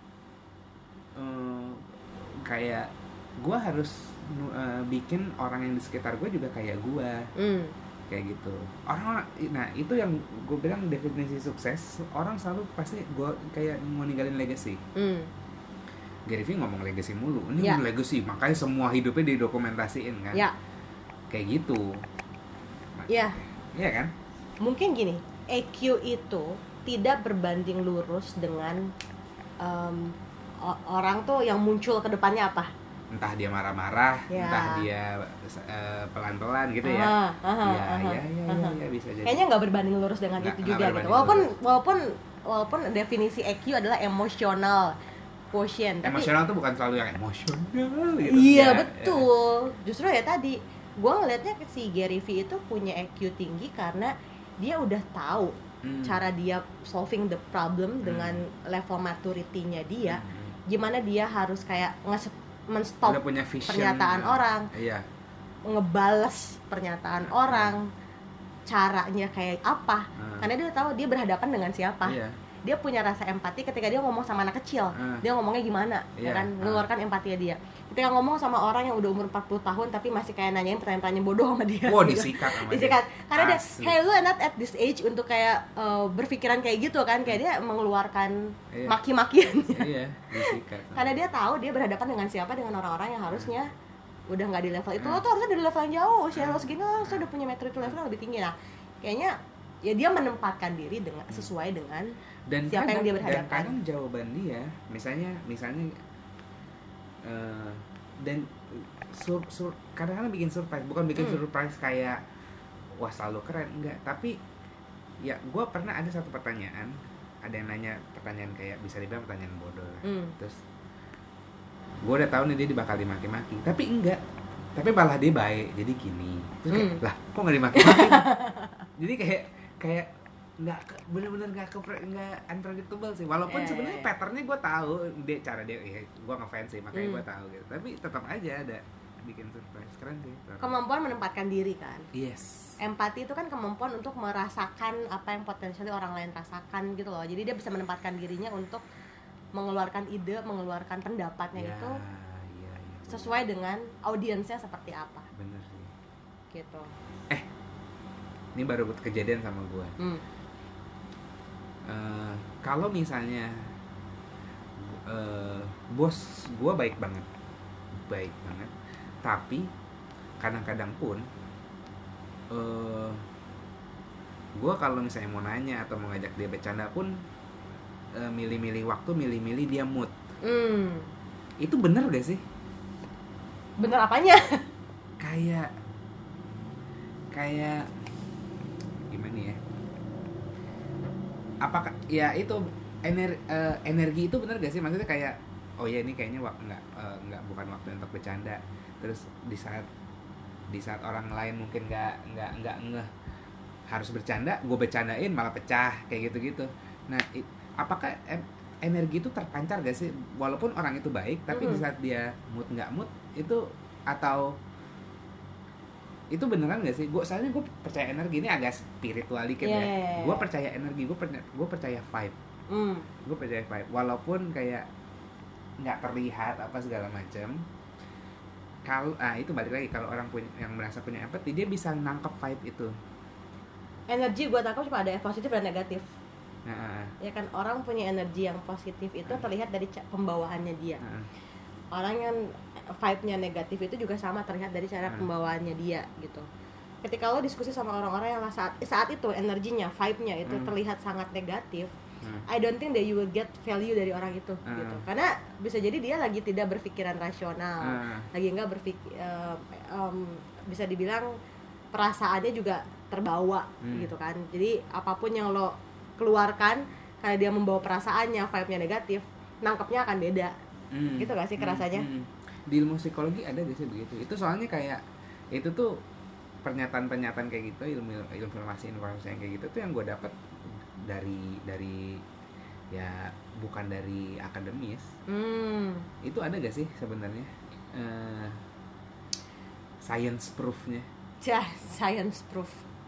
um, kayak gue harus uh, bikin orang yang di sekitar gue juga kayak gue. Mm. Kayak gitu. Orang-orang, nah itu yang gue bilang definisi sukses. Orang selalu pasti gue kayak mau ninggalin legacy. Mm. Gary Vee ngomong legacy mulu. Ini yeah. legacy, makanya semua hidupnya didokumentasiin kan. Yeah. Kayak gitu. Iya. Yeah. Iya kan? Mungkin gini, E Q itu tidak berbanding lurus dengan um, orang tuh yang muncul ke depannya apa? Entah dia marah-marah, ya. entah dia uh, pelan-pelan gitu ya. Uh, uh, uh, ya, uh, ya, ya, uh, ya, ya, bisa jadi. Kayaknya nggak berbanding lurus dengan nggak, itu juga gitu. Walaupun lurus. walaupun walaupun definisi E Q adalah emosional quotient. Emosional tuh bukan selalu yang emosional gitu. Iya, ya, betul. Ya. Justru ya tadi gue ngelihatnya si Gary Vee itu punya E Q tinggi karena dia udah tahu Hmm. cara dia solving the problem hmm. dengan level maturity-nya dia, hmm. gimana dia harus kayak nge- men-stop pernyataan orang, iya. ngebales pernyataan hmm. orang, caranya kayak apa, hmm. karena dia tahu dia berhadapan dengan siapa. Iya. Dia punya rasa empati ketika dia ngomong sama anak kecil, hmm. dia ngomongnya gimana, iya. ya kan, mengeluarkan hmm. empatinya dia. Ketika ngomong sama orang yang udah umur empat puluh tahun tapi masih kayak nanyain pertanyaan-pertanyaan bodoh sama dia. Wow, gitu. disikat sama disikat. dia. Karena dia, hey lu not at this age untuk kayak uh, berpikiran kayak gitu kan, kayak dia mengeluarkan iya. maki-makiannya. Iya, disikat. Karena dia tahu dia berhadapan dengan siapa, dengan orang-orang yang harusnya hmm. udah nggak di level itu. Hmm. Lo tuh harusnya di level yang jauh, usia lo segini lo harusnya udah punya maturity level yang lebih tinggi. Nah, kayaknya ya dia menempatkan diri dengan sesuai dengan dan siapa kadang, yang dia berhadapan. Dan kadang jawaban dia, misalnya misalnya uh, dan sur, sur, kadang-kadang bikin surprise, bukan bikin hmm. surprise kayak wah selalu keren, enggak, tapi ya gue pernah ada satu pertanyaan, ada yang nanya pertanyaan kayak bisa dibilang pertanyaan bodoh lah. Hmm. Terus gue udah tahu nih dia bakal dimaki-maki, tapi enggak, tapi malah dia baik, jadi gini. Terus kayak, hmm. lah kok nggak dimaki-maki? Jadi kayak kayak nggak benar-benar nggak nggak unpredictable sih, walaupun yeah, sebenarnya yeah. patternnya gue tahu dia cara dia, ya, gue ngefans sih makanya mm. gue tahu gitu, tapi tetap aja ada bikin surprise. Keren sih. Kemampuan menempatkan diri kan. Yes. Empati itu kan kemampuan untuk merasakan apa yang potensialnya orang lain rasakan gitu loh. Jadi dia bisa menempatkan dirinya untuk mengeluarkan ide, mengeluarkan pendapatnya ya, itu ya, ya, sesuai dengan audiensnya seperti apa. Bener sih. Gitu. Eh, ini baru kejadian sama gue. Hmm. Uh, kalau misalnya uh, bos gue baik banget, baik banget, tapi kadang-kadang pun uh, gue kalau misalnya mau nanya atau mau ngajak dia bercanda pun uh, milih-milih waktu, milih-milih dia mood. Hmm. Itu bener gak sih? Bener apanya? Kayak kayak gimana ya? Apakah ya itu ener, uh, energi itu bener gak sih? Maksudnya kayak oh ya ini kayaknya wak, nggak uh, nggak bukan waktu untuk bercanda. Terus di saat di saat orang lain mungkin nggak nggak nggak ngeh harus bercanda, gue bercandain malah pecah kayak gitu-gitu. Nah, it, apakah em, energi itu terpancar gak sih? Walaupun orang itu baik, tapi mm-hmm. di saat dia mood nggak mood itu atau itu beneran gak sih? Gue soalnya gue percaya energi ini agak spiritual dikit yeah, ya. Yeah, yeah. Gue percaya energi, gue percaya gue percaya vibe. Mm. Gue percaya vibe. Walaupun kayak nggak terlihat apa segala macam. Kalau ah itu balik lagi kalau orang punya yang merasa punya empati dia bisa nangkep vibe itu. Energi gue tangkap cuma ada positif dan negatif. Nah, ya kan orang punya energi yang positif itu nah. terlihat dari pembawaannya dia. Nah. Orang yang vibe-nya negatif itu juga sama terlihat dari cara nah. pembawaannya dia gitu. Ketika lo diskusi sama orang-orang yang saat saat itu energinya, vibe-nya itu hmm. terlihat sangat negatif, hmm. I don't think that you will get value dari orang itu hmm. gitu. Karena bisa jadi dia lagi tidak berpikiran rasional, hmm. lagi nggak berpikir, uh, um, bisa dibilang perasaannya juga terbawa hmm. gitu kan. Jadi apapun yang lo keluarkan karena dia membawa perasaannya, vibe-nya negatif, nangkepnya akan beda. Hmm. Gitu gak sih kerasanya? Hmm. Di ilmu psikologi ada gak sih begitu? Itu soalnya kayak itu tuh pernyataan-pernyataan kayak gitu, ilmu informasi-informasi yang kayak gitu tuh yang gue dapat dari dari ya bukan dari akademis. Hmm. Itu ada gak sih sebenarnya uh, science proof-nya? Cah, science proof.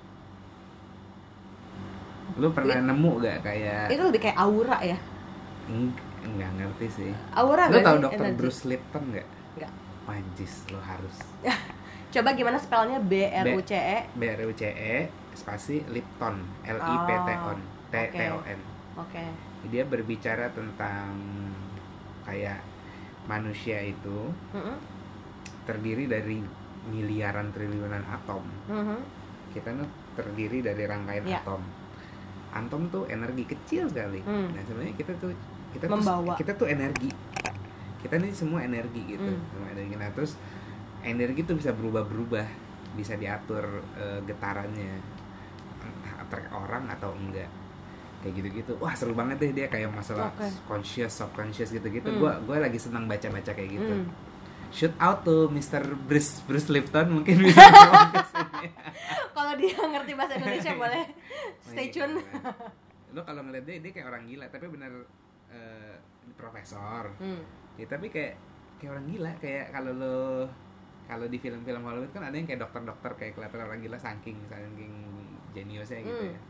Lu pernah It, nemu gak kayak itu lebih kayak aura ya? Eng, enggak ngerti sih. Aura. Lu tau dokter Bruce Lipton gak? Enggak. Manjis, lu harus. Coba gimana spellnya? B R U C E B R U C E spasi Lipton L I P T O N T T O N. Oke. Dia berbicara tentang kayak manusia itu mm-hmm. terdiri dari miliaran triliunan atom. Mm-hmm. Kita tuh terdiri dari rangkaian yeah. atom. Atom tuh energi kecil sekali. Hmm. Nah sebenarnya kita tuh kita Membawa. tuh kita tuh energi. Kita ini semua energi gitu. Hmm. Semua energi. Nah terus energi tuh bisa berubah-berubah, bisa diatur uh, getarannya, attract orang atau enggak. Kayak gitu-gitu. Wah seru banget deh dia kayak masalah okay. conscious, subconscious gitu-gitu. Hmm. Gua gua lagi senang baca-baca kayak gitu. Hmm. Shout out to mister Bruce Bruce Lipton mungkin bisa ngomong ke sini. Kalau dia ngerti bahasa Indonesia boleh stay tune. Lo kalau ngeliat dia dia kayak orang gila tapi bener uh, profesor. Hmm. Ya, tapi kayak kayak orang gila kayak kalau lo kalau di film-film Hollywood kan ada yang kayak dokter-dokter kayak kelihatan orang gila saking saking jeniusnya gitu hmm. ya.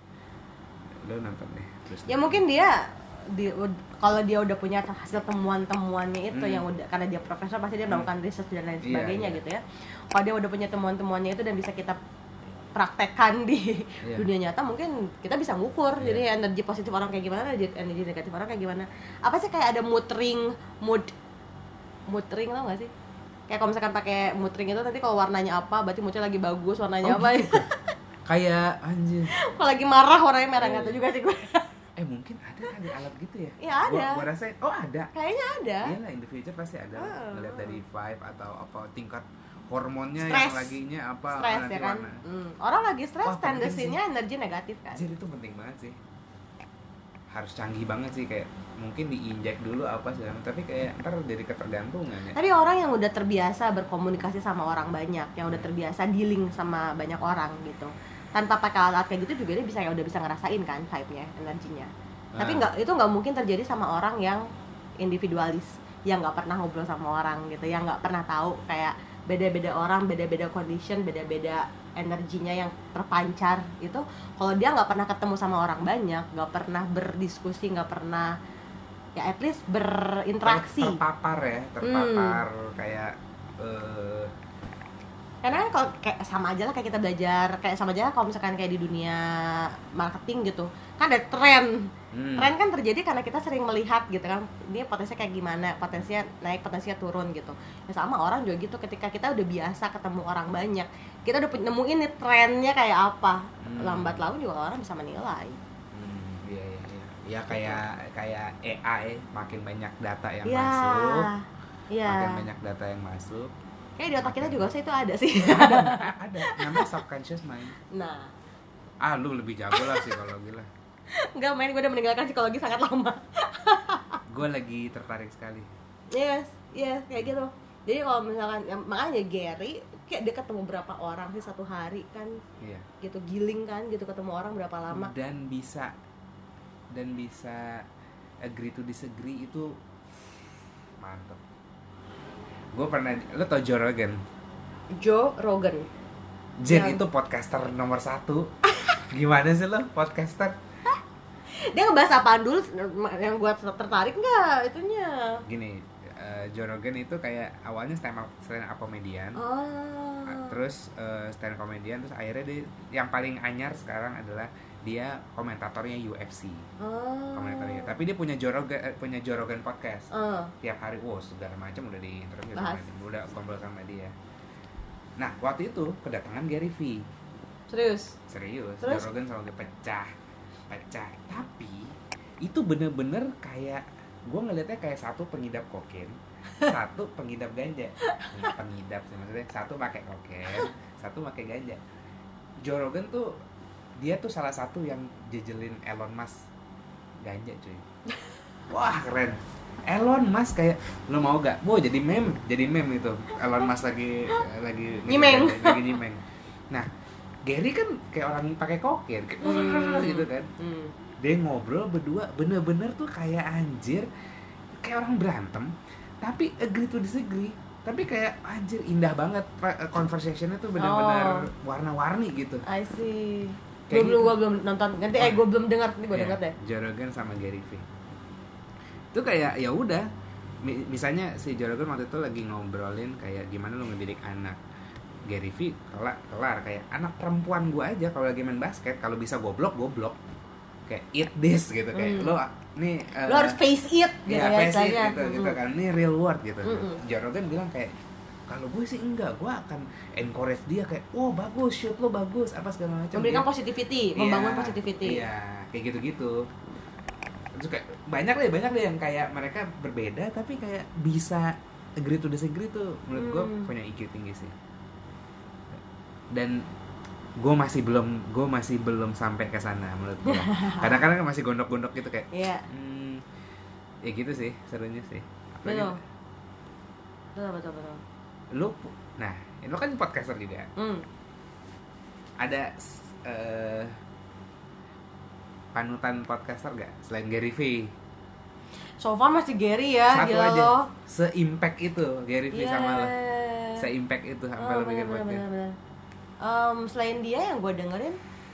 Lo nonton deh terus. Ya mungkin dia di kalau dia udah punya hasil temuan-temuannya itu hmm. yang udah karena dia profesor pasti dia melakukan hmm. research dan lain sebagainya yeah, yeah. gitu ya. Kalau dia udah punya temuan-temuannya itu dan bisa kita praktekkan di yeah. dunia nyata mungkin kita bisa ngukur yeah. jadi energi positif orang kayak gimana, energi negatif orang kayak gimana. Apa sih kayak ada mood ring, mood mood ring tau gak sih? Kayak kalau misalkan pakai mood ring itu nanti kalau warnanya apa berarti moodnya lagi bagus, warnanya oh, apa gitu. Kayak anjir. Kalau lagi marah warnanya merah enggak oh. tahu juga sih gue. Eh mungkin ada kali alat gitu ya? Iya ada. Gua, gua rasa, oh ada. Kayaknya ada. Iya lah, in the future pasti ada. Oh. Ngeliat dari vibe atau apa tingkat hormonnya stress. Yang laginya apa. Stres ya kan? Hmm. Orang lagi stres, tendensinya energi negatif kan? Jadi itu penting banget sih. Harus canggih banget sih kayak mungkin diinjek dulu apa segala tapi kayak ntar jadi ketergantungan ya. Tapi orang yang udah terbiasa berkomunikasi sama orang banyak, yang udah terbiasa dealing sama banyak orang gitu. Tanpa pakai alat kayak gitu juga dia bisa ya udah bisa ngerasain kan vibe-nya, energinya. Nah. Tapi nggak itu nggak mungkin terjadi sama orang yang individualis, yang nggak pernah ngobrol sama orang gitu, yang nggak pernah tahu kayak beda-beda orang, beda-beda condition, beda-beda energinya yang terpancar itu. Kalau dia nggak pernah ketemu sama orang banyak, nggak pernah berdiskusi, nggak pernah ya at least berinteraksi, terpapar ya, terpapar hmm. kayak uh... karena kan kalau kayak sama aja lah kayak kita belajar, kayak sama aja kalau misalkan kayak di dunia marketing gitu kan ada tren. Hmm. Tren kan terjadi karena kita sering melihat gitu kan, dia potensinya kayak gimana, potensinya naik, potensinya turun gitu. Ya sama orang juga gitu, ketika kita udah biasa ketemu orang banyak, kita udah nemuin nih trennya kayak apa, hmm. lambat laun juga orang bisa menilai. Hmm, iya iya iya. Ya kayak kayak A I, makin banyak data yang ya, masuk, ya. makin banyak data yang masuk. Kayak di otak kita juga sih itu ada sih. Ada, ada. Namanya subconscious mind. Nah. Ah, lu lebih jago lah psikologi lah. Enggak, main gue udah meninggalkan psikologi sangat lama. Gue lagi tertarik sekali. Yes, yes, kayak gitu. Jadi kalau misalkan, ya, makanya Gary kayak dia ketemu berapa orang sih satu hari kan? Iya. Gitu giling kan, gitu ketemu orang berapa lama? Dan bisa, dan bisa agree to disagree itu mantep. Gue pernah, lo tau Joe Rogan? Joe Rogan. Jen yang... itu podcaster nomor satu. Gimana sih lo podcaster? Dia ngebahas apaan dulu yang gue tertarik nggak itunya? Gini, uh, Joe Rogan itu kayak awalnya stand up stand up comedian, oh. uh, terus uh, stand up comedian, terus akhirnya dia yang paling anyar sekarang adalah dia komentatornya U F C. Oh. Komentatornya. Tapi dia punya Joe Rogan, uh, punya Joe Rogan podcast. Oh. Tiap hari, wow segala macam udah di interview sama dia, udah ngobrol sama dia. Nah waktu itu kedatangan Gary V. Serius? Serius. Terus? Joe Rogan selalu pecah, pecah. Tapi itu bener-bener kayak gue ngeliatnya kayak satu pengidap kokain, satu pengidap ganja. Nggak pengidap sih maksudnya, satu pakai kokain, satu pakai ganja. Joe Rogan tuh dia tuh salah satu yang jejelin Elon Musk ganja cuy. Wah keren. Elon Musk kayak lo mau gak? Wow jadi meme, jadi meme itu. Elon Musk lagi lagi nyimeng, lagi nyimeng. Nah Gary kan kayak orang pakai kokain, kayak hmm. gitu kan. Hmm. Dia ngobrol berdua, bener-bener tuh kayak anjir, kayak orang berantem, tapi agree to disagree. Tapi kayak anjir indah banget, conversationnya tuh bener-bener oh. warna-warni gitu. I see. Belum gitu. Gue belum nonton, nanti oh. eh gue belum dengar, nanti gue yeah. dengar deh. Joe Rogan sama Gary V. Itu kayak ya udah, misalnya si Joe Rogan waktu itu lagi ngobrolin kayak gimana lu ngedidik anak. Gary V kelar, kelar kayak anak perempuan gue aja kalau lagi main basket kalau bisa goblok goblok kayak eat this gitu kayak mm. lo nih uh, lo harus face it gitu ya, ya face it gitu, mm. gitu kan ini real world gitu. Mm-hmm. Joe Rogan bilang kayak kalau gue sih enggak, gue akan encourage dia kayak oh bagus shoot lo bagus apa segala macam memberikan positivity, membangun ya, positivity iya kayak gitu-gitu. Terus kayak banyak deh banyak deh yang kayak mereka berbeda tapi kayak bisa agree to disagree tuh menurut mm. gue punya I Q tinggi sih. Dan gue masih belum gue masih belum sampai ke sana menurut gue. Kadang-kadang masih gondok-gondok gitu kayak yeah. hmm, ya gitu sih serunya sih. Betul. Betul betul betul. Lu nah lu kan podcaster juga. Mm. Ada uh, panutan podcaster gak selain Gary V? So far masih Gary ya. Satu gila aja. Lo. Se-impact itu Gary V yeah. sama lo. Se-impact itu sampai oh, lo bikin podcast. Bener, bener. Um, selain dia yang gue dengerin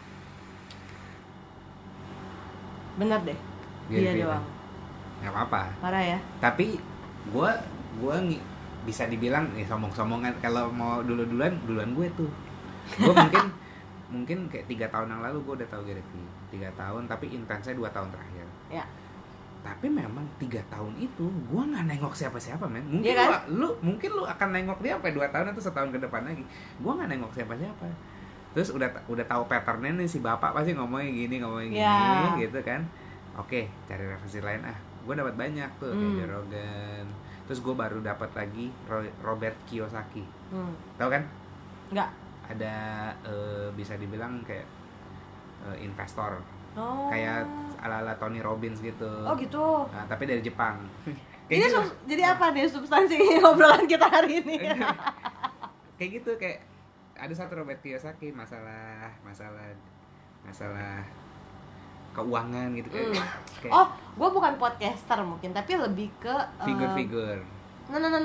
bener deh Gary dia V doang. Nggak apa-apa. Parah ya. Tapi gue gue bisa dibilang nih sombong-sombongan kalau mau dulu-duluan duluan gue tuh. Gue mungkin mungkin kayak tiga tahun yang lalu gue udah tahu Gary V. Tiga tahun tapi intensnya dua tahun terakhir. Ya. Tapi memang tiga tahun itu gue nggak nengok siapa-siapa men. Mungkin ya kan? lu, lu mungkin lu akan nengok dia sampai dua tahun atau setahun ke depan lagi. Gue nggak nengok siapa-siapa. Terus udah udah tahu patternnya nih si bapak pasti ngomongnya gini ngomongnya gini ya. Gitu kan. Oke cari referensi lain ah. Gue dapat banyak tuh hmm. kayak Joe Rogan. Terus gue baru dapat lagi Robert Kiyosaki. Hmm. Tahu kan? Nggak. Ada uh, bisa dibilang kayak uh, investor. Oh. Kayak ala-ala Tony Robbins gitu. Oh gitu. Nah, tapi dari Jepang. Ini gitu. sub- jadi apa nih substansi obrolan kita hari ini? Kayak gitu kayak ada satu Robert Kiyosaki masalah masalah masalah keuangan gitu kayak. Mm. kayak oh, gue bukan podcaster mungkin tapi lebih ke figur-figur. Uh, no no no no.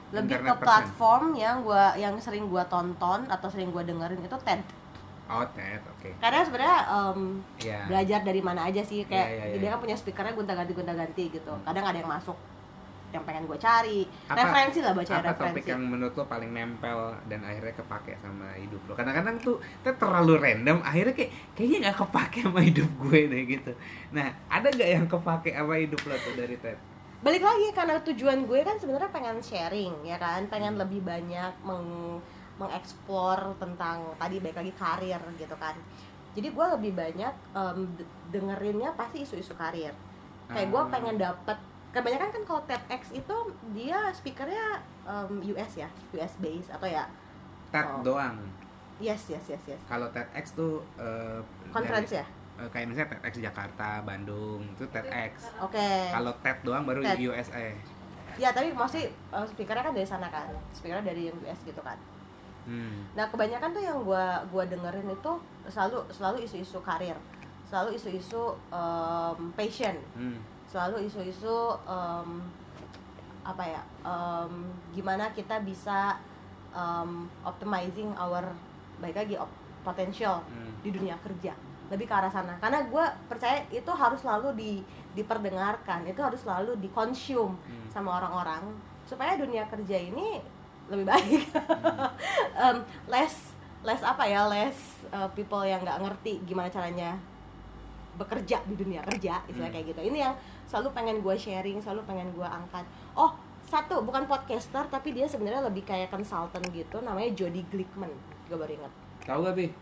lebih ke platform person. yang gua yang sering gua tonton atau sering gua dengerin itu TED. Oh, TED, oke. Okay. Karena sebenarnya um, yeah. belajar dari mana aja sih, kayak yeah, yeah, yeah. dia kan punya speakernya gonta-ganti gonta-ganti gitu. Kadang ada yang masuk yang pengen gue cari, apa, referensi lah baca apa referensi. Apa topik yang menurut lo paling nempel dan akhirnya kepake sama hidup lo? Kadang-kadang tuh itu terlalu random, akhirnya kayak kayaknya nggak kepake sama hidup gue deh gitu. Nah, ada nggak yang kepake sama hidup lo tuh dari TED? Balik lagi karena tujuan gue kan sebenarnya pengen sharing ya kan, pengen lebih banyak meng mengeksplor tentang tadi balik lagi karir gitu kan. Jadi gue lebih banyak um, dengerinnya pasti isu-isu karir. Kayak gue pengen dapet, kebanyakan kan kalau TEDx itu dia speakernya um, U S ya, U S base atau ya TED oh. doang. Yes, yes, yes, yes. Kalau TEDx tuh uh, conference dari, ya? Uh, kayak misalnya TEDx Jakarta, Bandung, itu TEDx. Oke. Okay. Kalau TED doang baru TED. U S A. Ya, tapi mostly uh, speakernya kan dari sana kan. Speakernya dari yang U S gitu kan. Hmm. Nah, kebanyakan tuh yang gua gua dengerin itu selalu selalu isu-isu karir. Selalu isu-isu um, passion. Hmm. Selalu isu-isu um, apa ya um, gimana kita bisa um, optimizing our baik lagi op- potential hmm. di dunia kerja, lebih ke arah sana karena gue percaya itu harus selalu di, diperdengarkan, itu harus selalu dikonsume hmm. sama orang-orang supaya dunia kerja ini lebih baik. hmm. um, less less apa ya less uh, people yang nggak ngerti gimana caranya bekerja di dunia kerja, istilah hmm. kayak gitu. Ini yang selalu pengen gue sharing, selalu pengen gue angkat. Oh, satu, bukan podcaster, tapi dia sebenarnya lebih kayak consultant gitu, namanya Jody Glickman. Gue baru ingat. Tahu gak, Bi?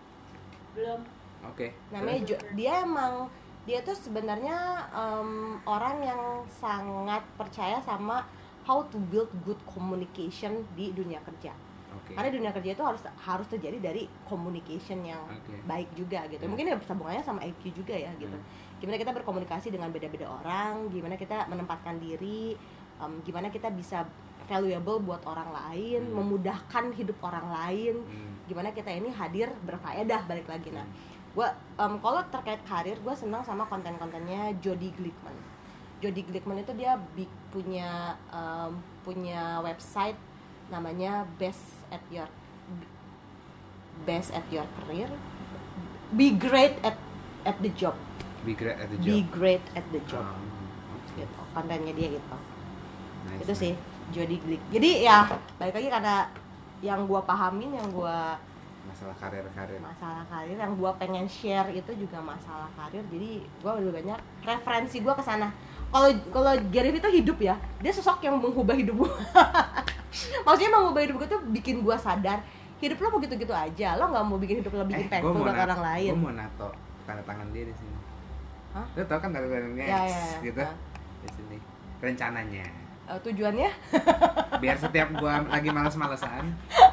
Belum. Oke. Okay. Namanya jo- dia emang dia tuh sebenarnya um, orang yang sangat percaya sama how to build good communication di dunia kerja. Okay. Karena dunia kerja itu harus harus terjadi dari communication yang okay. baik juga gitu. Hmm. Mungkin ya sambungannya sama I Q juga ya gitu. Hmm. Gimana kita berkomunikasi dengan beda-beda orang, gimana kita menempatkan diri, um, gimana kita bisa valuable buat orang lain, hmm. memudahkan hidup orang lain, hmm. gimana kita ini hadir berfaedah balik lagi. Nah, gua um, kalau terkait karir, gue senang sama konten-kontennya Jody Glickman. Jody Glickman itu dia big, punya um, punya website namanya best at your best at your career, be great at at the job, be great at the job, be great at the job. Um, okay. Gitu, kontennya dia gitu. Nice, itu nice. sih Jody Glick. Jadi ya balik lagi karena yang gua pahamin, yang gua masalah karir-karir, masalah karir yang gua pengen share itu juga masalah karir. Jadi gua lebih banyak referensi gua ke sana. Kalau kalau Gary Vee itu hidup ya, dia sosok yang mengubah hidup gua. Maksudnya mengubah hidup gue tuh bikin gue sadar hidup lo mau gitu-gitu aja, lo nggak mau bikin hidup lo lebih impactful buat nat- orang lain. Gue mau nato tanda tangan dia di sini. Hah? Lo tau kan tanda tangannya ya, ya, ya. gitu ha. Di sini rencananya. Uh, tujuannya? Biar setiap gue lagi malas-malasan,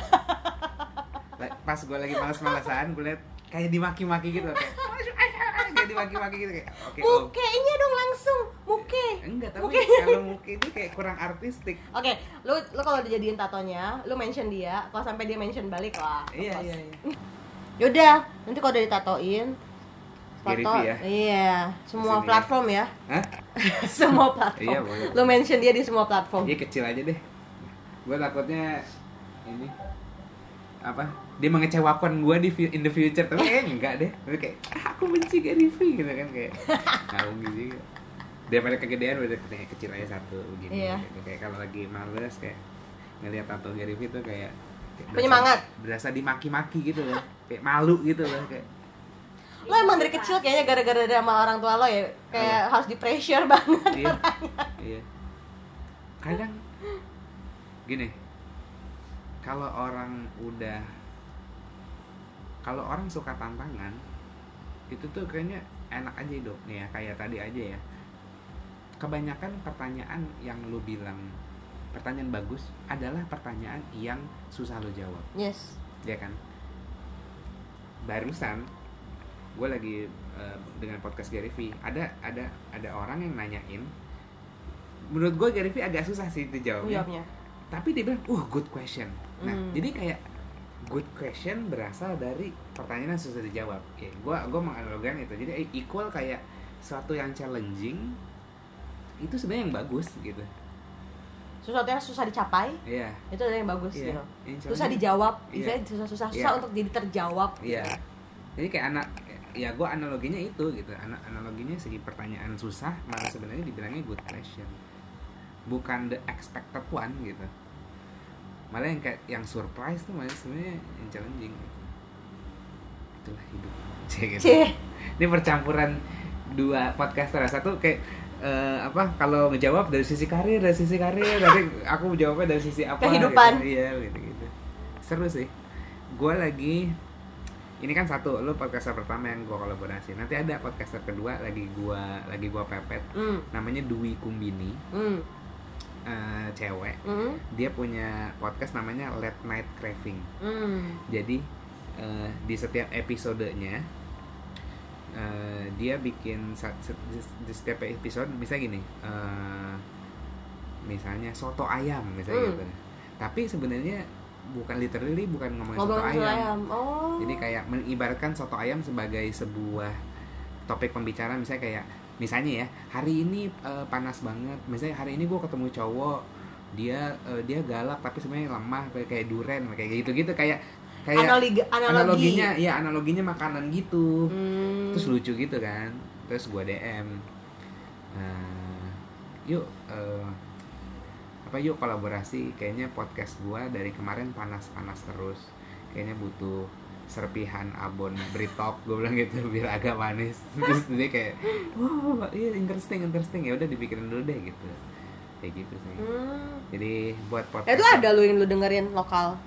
pas gue lagi malas-malasan, gue liat kayak dimaki-maki gitu kayak kayak dimaki-maki gitu kayak oke. Okay, mukenya oh. dong langsung muke. Enggak, tapi kalau muke itu kayak kurang artistik. Oke, okay, lu lu kalau dijadiin tatonya, lu mention dia, kalau sampai dia mention balik lah. Iya, iya, iya. Yaudah, nanti kalau udah ditatoin foto, ya? Iya, semua Disini platform ya. Hah? Semua platform. Iya, boleh. Lu mention dia di semua platform. Iya, kecil aja deh. Gue takutnya ini apa? Dia mengecewakan gue di in the future, tapi kayaknya enggak deh. Tapi kayak ah, aku benci Gary Vee gitu kan kayak. Tahu gitu. Daripada kegedean udah kayak kecil aja satu begini. Iya. Gitu. Kayak kalau lagi males kayak ngelihat tato Gary Vee tuh kayak, kayak penyemangat. Berasa, berasa dimaki-maki gitu loh. Kayak malu gitu loh kayak. Lo emang dari kecil kayaknya gara-gara ada sama orang tua lo ya kayak oh. harus di pressure banget. Iya. Iya. Kadang gini. Kalau orang udah kalau orang suka tantangan itu tuh kayaknya enak aja hidup nih ya, kayak tadi aja ya. Kebanyakan pertanyaan yang lu bilang pertanyaan bagus adalah pertanyaan yang susah lu jawab. Yes. Ya kan? Barusan gue lagi uh, dengan podcast Gary Vee, ada ada ada orang yang nanyain, menurut gue Gary Vee agak susah sih itu jawabnya. Jawabnya. Tapi dia bilang, "Uh, good question." Nah, mm. jadi kayak good question berasal dari pertanyaan yang susah dijawab. Ya, gue gue menganalogikan itu. Jadi equal kayak suatu yang challenging itu sebenarnya yang bagus gitu. sesuatu yang susah dicapai, yeah. itu ada yang bagus yeah. gitu. Insya Susah dijawab, yeah. susah-susah susah yeah. untuk jadi terjawab. Iya. Yeah. Jadi kayak anak, ya gue analoginya itu gitu. Anak analoginya segi pertanyaan susah, malah sebenarnya dibilangnya good question. Bukan the expected one gitu. Malah yang kayak yang surprise tuh malah sebenarnya yang challenging. Gitu. Itulah hidup. Cih, gitu. Cih. Ini percampuran dua podcaster. Satu kayak uh, apa kalau ngejawab dari sisi karir, dari sisi karir, tapi aku jawabnya dari sisi apa? Kehidupan. Gitu. Iya, gitu-gitu. Seru sih. Gue lagi ini kan satu, lu podcaster pertama yang gue kolaborasi. Nanti ada podcaster kedua lagi gue lagi gue pepet. Mm. Namanya Dwi Kumbini. Mm. Uh, cewek. Mm. Dia punya podcast namanya Late Night Craving. Mm. Jadi uh, di setiap episodenya Uh, dia bikin di setiap episode bisa gini, uh, misalnya soto ayam misalnya mm. gitu. Tapi sebenarnya bukan literally bukan ngomongin soto ayam. ayam. Oh. Jadi kayak mengibaratkan soto ayam sebagai sebuah topik pembicaraan, misalnya kayak misalnya ya hari ini uh, panas banget. Misalnya hari ini gue ketemu cowok, dia uh, dia galak tapi sebenarnya lemah kayak kayak duren kayak gitu-gitu kayak kayak Analogi, analogi. analoginya ya analoginya makanan gitu. Hmm. Terus lucu gitu kan. Terus gue D M uh, yuk uh, apa yuk kolaborasi, kayaknya podcast gue dari kemarin panas-panas terus, kayaknya butuh serpihan abon Britop, gue bilang gitu biar agak manis. Terus dia kayak wow iya interesting interesting, ya udah dipikirin dulu deh gitu kayak gitu sih. Hmm. Jadi buat podcast itu ada lu yang lu dengerin lokal.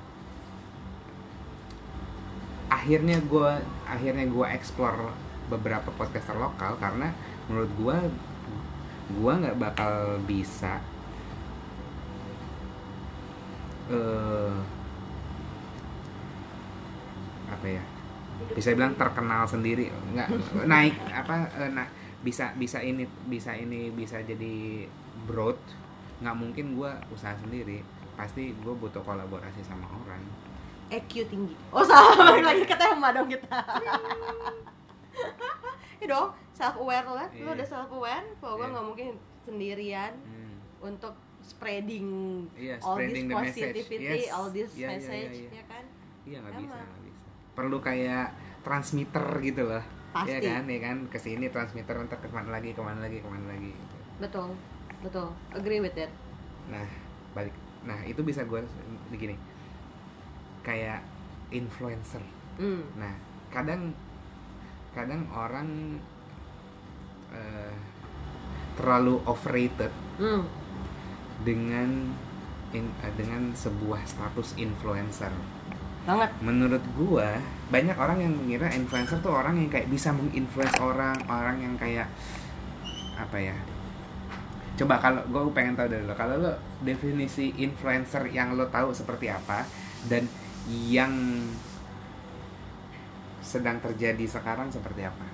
akhirnya gue akhirnya gue explore beberapa podcaster lokal karena menurut gue gue nggak bakal bisa uh, apa ya bisa bilang terkenal sendiri, nggak naik apa uh, nah bisa bisa ini bisa ini bisa jadi broad, nggak mungkin gue usaha sendiri, pasti gue butuh kolaborasi sama orang. E Q tinggi. Oh salah, balik lagi ke tema dong kita. Itu dong, self aware lah. Yeah. Lu udah self aware bahwa gue yeah. nggak mungkin sendirian hmm. untuk spreading, yeah, all spreading this positivity, yes. all this yeah, message, yeah, yeah, yeah. ya kan? Iya nggak bisa, nggak bisa. Perlu kayak transmitter gitu loh. Pasti. Ya kan, ya kan. Kesini transmitter, ntar kemana lagi, kemana lagi, kemana lagi. Gitu. Betul, betul. Agree with that. Nah, balik. Nah itu bisa gue begini. Kayak influencer. Mm. Nah, kadang kadang orang uh, terlalu overrated mm. dengan in, uh, dengan sebuah status influencer. Banget. Menurut gua, banyak orang yang mengira influencer tuh orang yang kayak bisa menginfluence orang, orang yang kayak apa ya? Coba kalau gua pengen tahu dari lo, kalau lo definisi influencer yang lo tahu seperti apa dan yang sedang terjadi sekarang seperti apa?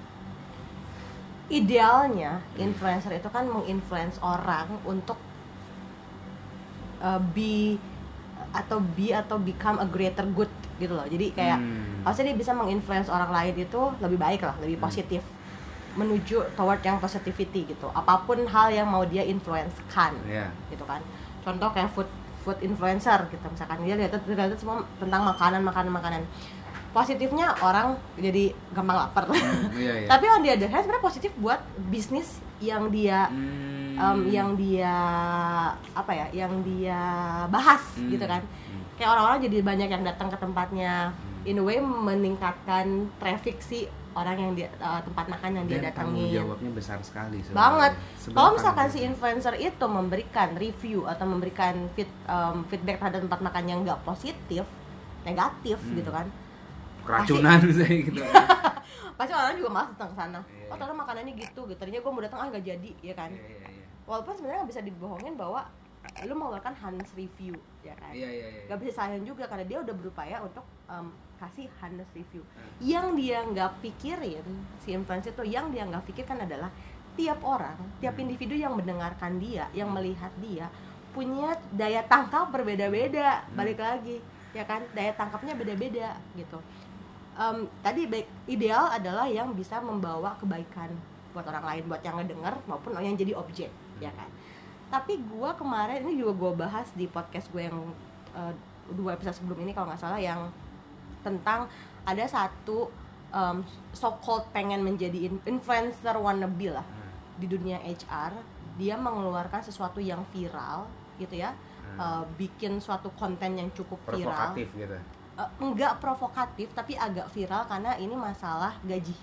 Idealnya influencer itu kan menginfluence orang untuk uh, be atau be atau become a greater good gitu loh. Jadi kayak hmm. harusnya dia bisa menginfluence orang lain itu lebih baik lah, lebih positif, hmm. menuju toward yang positivity gitu. Apapun hal yang mau dia influence-kan, yeah. gitu kan. Contoh kayak food food influencer gitu, misalkan dia lihat lihat semua tentang makanan makanan makanan positifnya orang jadi gampang lapar. Hmm, iya, iya. Tapi on the other hand sebenarnya positif buat bisnis yang dia hmm. um, yang dia apa ya yang dia bahas hmm. gitu kan. Kayak orang-orang jadi banyak yang datang ke tempatnya, in a way meningkatkan traffic si orang yang dia uh, tempat makan yang dia dan datangi. Tanggung jawabnya besar sekali sebenarnya. Banget. Kalau misalkan si influencer itu memberikan review atau memberikan feed, um, feedback terhadap tempat makan yang nggak positif, negatif hmm. gitu kan. Keracunan misalnya gitu. Pasti orang juga malas datang ke sana. Yeah. Oh, ternyata makanannya gitu, gitu. Tadinya gue mau datang ah nggak jadi, ya kan. Yeah, yeah, yeah. Walaupun sebenarnya nggak bisa dibohongin bahwa lu mengeluarkan honest review, ya kan. Yeah, yeah, yeah. Gak bisa salahin juga karena dia udah berupaya untuk um, kasih honest review. Hmm. Yang dia nggak pikirin si influencer itu, yang dia nggak pikirkan adalah tiap orang, tiap hmm. individu yang mendengarkan dia, yang melihat dia punya daya tangkap berbeda-beda. Hmm. Balik lagi, ya kan, daya tangkapnya beda-beda gitu. Um, tadi baik, ideal adalah yang bisa membawa kebaikan buat orang lain, buat yang ngedenger maupun yang jadi objek, hmm. ya kan. Tapi gue kemarin ini juga gue bahas di podcast gue yang uh, dua episode sebelum ini kalau nggak salah, yang tentang ada satu um, so called pengen menjadi influencer wannabe lah hmm. di dunia H R. Dia mengeluarkan sesuatu yang viral gitu ya, hmm. uh, bikin suatu konten yang cukup viral. Provokatif gitu. Uh, enggak provokatif tapi agak viral karena ini masalah gaji.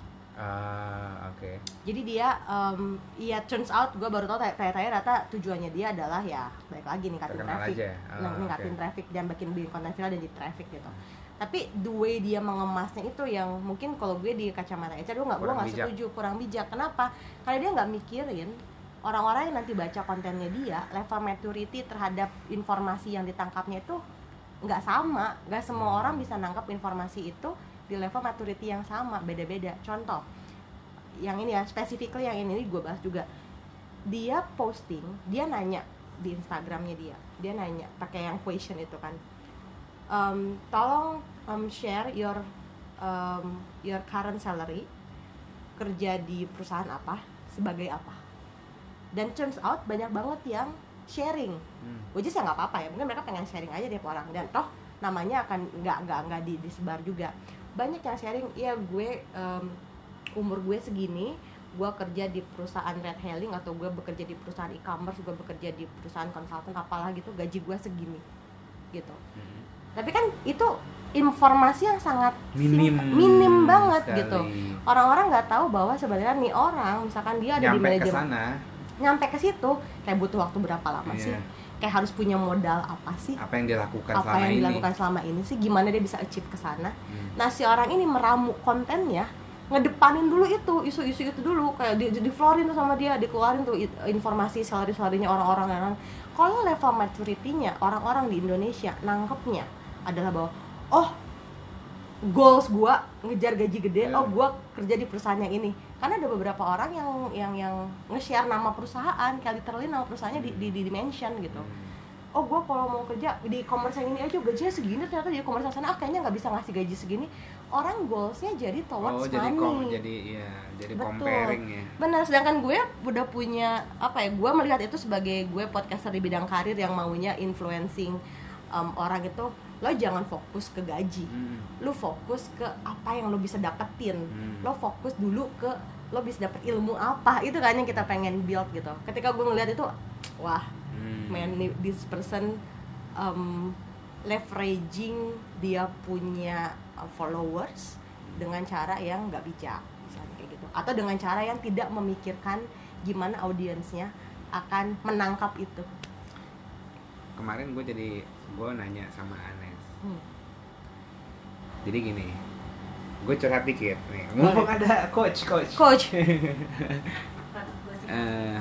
Ah, uh, oke. Okay. Jadi dia, um, ya turns out gue baru tahu tanya-tanya rata tujuannya dia adalah ya balik lagi ningkatin traffic, oh, ningkatin okay. traffic dan bikin bikin konten viral dan di traffic gitu. Tapi the way dia mengemasnya itu yang mungkin kalau gue di kacamata H R gue nggak gue nggak setuju, kurang bijak. Kenapa? Karena dia nggak mikirin orang-orang yang nanti baca kontennya dia, level maturity terhadap informasi yang ditangkapnya itu nggak sama. Nggak semua orang bisa nangkap informasi itu di level maturity yang sama, beda-beda. Contoh, yang ini ya, specifically yang ini gue bahas juga. Dia posting, dia nanya di Instagramnya dia, dia nanya pakai yang question itu kan, um, tolong um, share your um, your current salary, kerja di perusahaan apa, sebagai apa. Dan turns out banyak banget yang sharing, hmm. which is ya nggak apa-apa ya, mungkin mereka pengen sharing aja tiap orang, dan toh namanya akan nggak nggak nggak di, disebar juga. Banyak yang sharing, ya gue um, umur gue segini, gue kerja di perusahaan red hailing atau gue bekerja di perusahaan e-commerce, gue bekerja di perusahaan konsultan apalah gitu, gaji gue segini gitu. Hmm. Tapi kan itu informasi yang sangat minim, sing, minim banget sekali. Gitu. Orang-orang nggak tahu bahwa sebenarnya nih orang, misalkan dia ada nyampe di manajemen, nyampe ke situ kayak butuh waktu berapa lama yeah. sih? Kayak harus punya modal apa sih? Apa yang dilakukan apa selama yang ini? dilakukan selama ini sih? Gimana dia bisa achieve ke sana? Hmm. Nah, si orang ini meramu kontennya, ngedepanin dulu itu, isu-isu itu dulu, kayak di di florin tuh sama dia, dikeluarin tuh informasi salary-salary-nya orang-orang yang. Kalau level maturity-nya orang-orang di Indonesia nangkepnya adalah bahwa oh, goals gua ngejar gaji gede, yeah. oh gua kerja di perusahaan yang ini. Karena ada beberapa orang yang yang yang nge-share nama perusahaan, kayak literally nama perusahaannya di di, di dimension gitu. Oh, gue kalau mau kerja di e-commerce yang ini aja gajinya segini, ternyata di e-commerce yang sana ah, kayaknya nggak bisa ngasih gaji segini. Orang goalsnya jadi towards oh, jadi money. Kom- jadi ya, jadi betul. Comparing ya. Benar, sedangkan gue udah punya apa ya? Gue melihat itu sebagai gue podcaster di bidang karir yang maunya influencing um, orang itu. Lo jangan fokus ke gaji, hmm. lo fokus ke apa yang lo bisa dapetin, hmm. lo fokus dulu ke lo bisa dapet ilmu apa, itu kan yang kita pengen build gitu. Ketika gue ngeliat itu, wah, hmm. man, this person um, leveraging dia punya uh, followers dengan cara yang nggak bijak, misalnya kayak gitu, atau dengan cara yang tidak memikirkan gimana audiensnya akan menangkap itu. Kemarin gue jadi gue nanya sama Anes, hmm. jadi gini, gue curhat dikit nih, mumpung ada coach coach coach uh,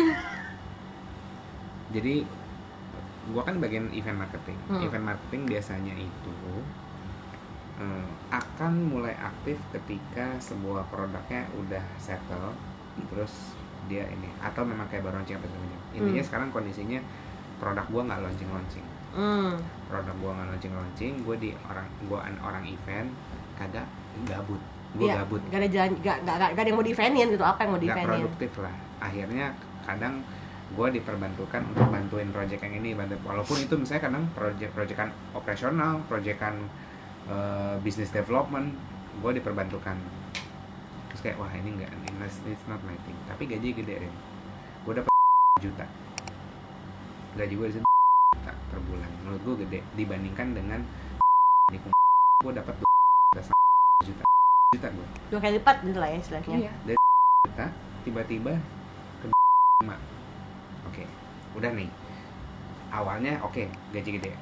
jadi gue kan bagian event marketing. hmm. Event marketing biasanya itu uh, akan mulai aktif ketika sebuah produknya udah settle, terus dia ini, atau memang kayak baru launching apa segala. Intinya hmm. sekarang kondisinya produk gue nggak launching launching mm. produk gue nggak launching launching gue di orang gue orang event kagak gabut gue ya, gabut gak ada jalan gak, gak, gak, gak ada yang mau di eventin gitu, apa yang mau di eventin, gak produktif lah. Akhirnya kadang gue diperbantukan untuk bantuin project yang ini, bantu, walaupun itu misalnya kadang project-projectan operasional, projectan uh, business development, gue diperbantukan. Terus kayak wah ini enggak, it's not my thing, tapi gaji gede Rin. Gue dapet juta, gaji gue di sini juta per bulan. Menurut gue gede dibandingkan dengan di gue dapat dua juta juta gue. Dua kali lipat gitu lah ya istilahnya. Iya. Dari juta tiba-tiba ke lima. Oke, udah nih. Awalnya oke, okay, gaji gede.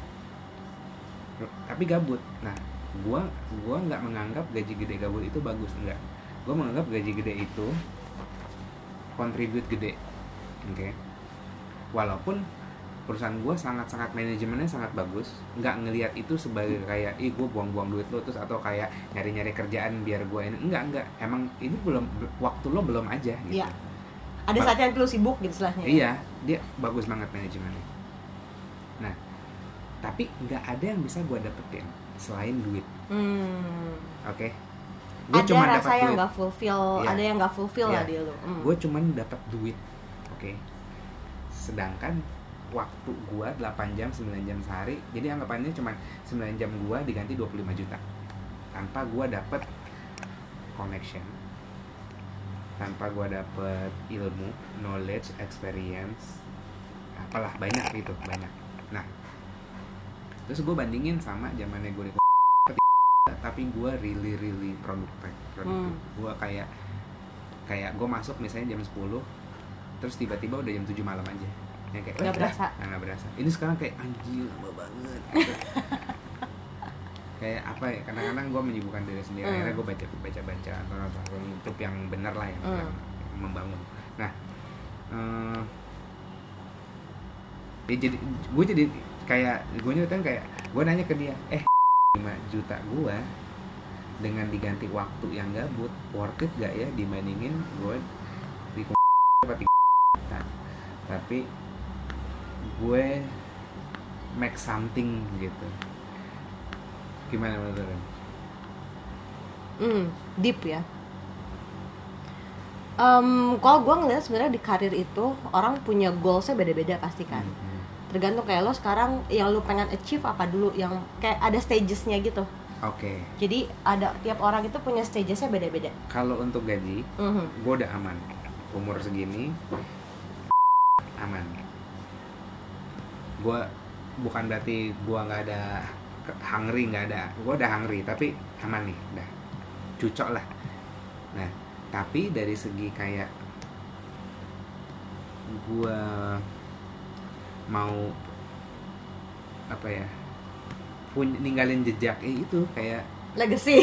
Tapi gabut. Nah, gue gue nggak menganggap gaji gede gabut itu bagus, enggak. Gue menganggap gaji gede itu contribute gede. Oke. Okay? Walaupun perusahaan gue sangat-sangat manajemennya sangat bagus, nggak ngelihat itu sebagai kayak ih gue buang-buang duit lo terus atau kayak nyari-nyari kerjaan biar gue ini, enggak enggak emang ini belum waktu lo belum aja gitu. Iya. Ada saatnya lo sibuk gitu istilahnya. Iya, dia bagus banget manajemennya. Nah, tapi nggak ada yang bisa gue dapetin selain duit. Hmm. Oke. Okay? Gue cuma dapat yang nggak fulfill, ya. Ada yang nggak fulfill ya. Lah dia lo. Hmm. Gue cuma dapat duit. Oke. Okay. sedangkan waktu gua delapan jam sembilan jam sehari, jadi anggapannya cuma sembilan jam gua diganti dua puluh lima juta tanpa gua dapet connection, tanpa gua dapet ilmu, knowledge, experience, apalah banyak gitu, banyak. Nah terus gua bandingin sama zamannya gua di tapi gua really really produktif, produktif. Hmm. Gua kayak kayak gua masuk misalnya jam sepuluh terus tiba-tiba udah jam tujuh malam aja. Yang kayak nggak berasa. Nah, nggak berasa. Ini sekarang kayak anjir lama banget. Gitu. Kayak apa ya? Kadang-kadang gue menyibukkan diri sendiri. Mm. Akhirnya gue baca baca baca atau nonton YouTube yang benar lah yang, mm. yang membangun. Nah, uh, ya jadi gue jadi kayak gue nyeritain kayak gue nanya ke dia, eh lima juta gue dengan diganti waktu yang gabut, worth it gak ya dibandingin gue di tiga juta, tapi gue make something gitu. Gimana menurut kalian? Hmm, deep ya. Um, kalau gue ngeliat sebenarnya di karir itu orang punya goalsnya beda-beda pasti kan. Hmm. Tergantung kayak lo sekarang yang lo pengen achieve apa dulu, yang kayak ada stagesnya gitu. Oke. Okay. Jadi ada tiap orang itu punya stagesnya beda-beda. Kalau untuk gaji, mm-hmm. gue udah aman. Umur segini aman. Gue bukan berarti gue nggak ada hungry, nggak ada, gue udah hungry tapi aman nih, udah cucok lah. Nah tapi dari segi kayak gue mau apa ya, punya ninggalin jejak eh, itu kayak legacy.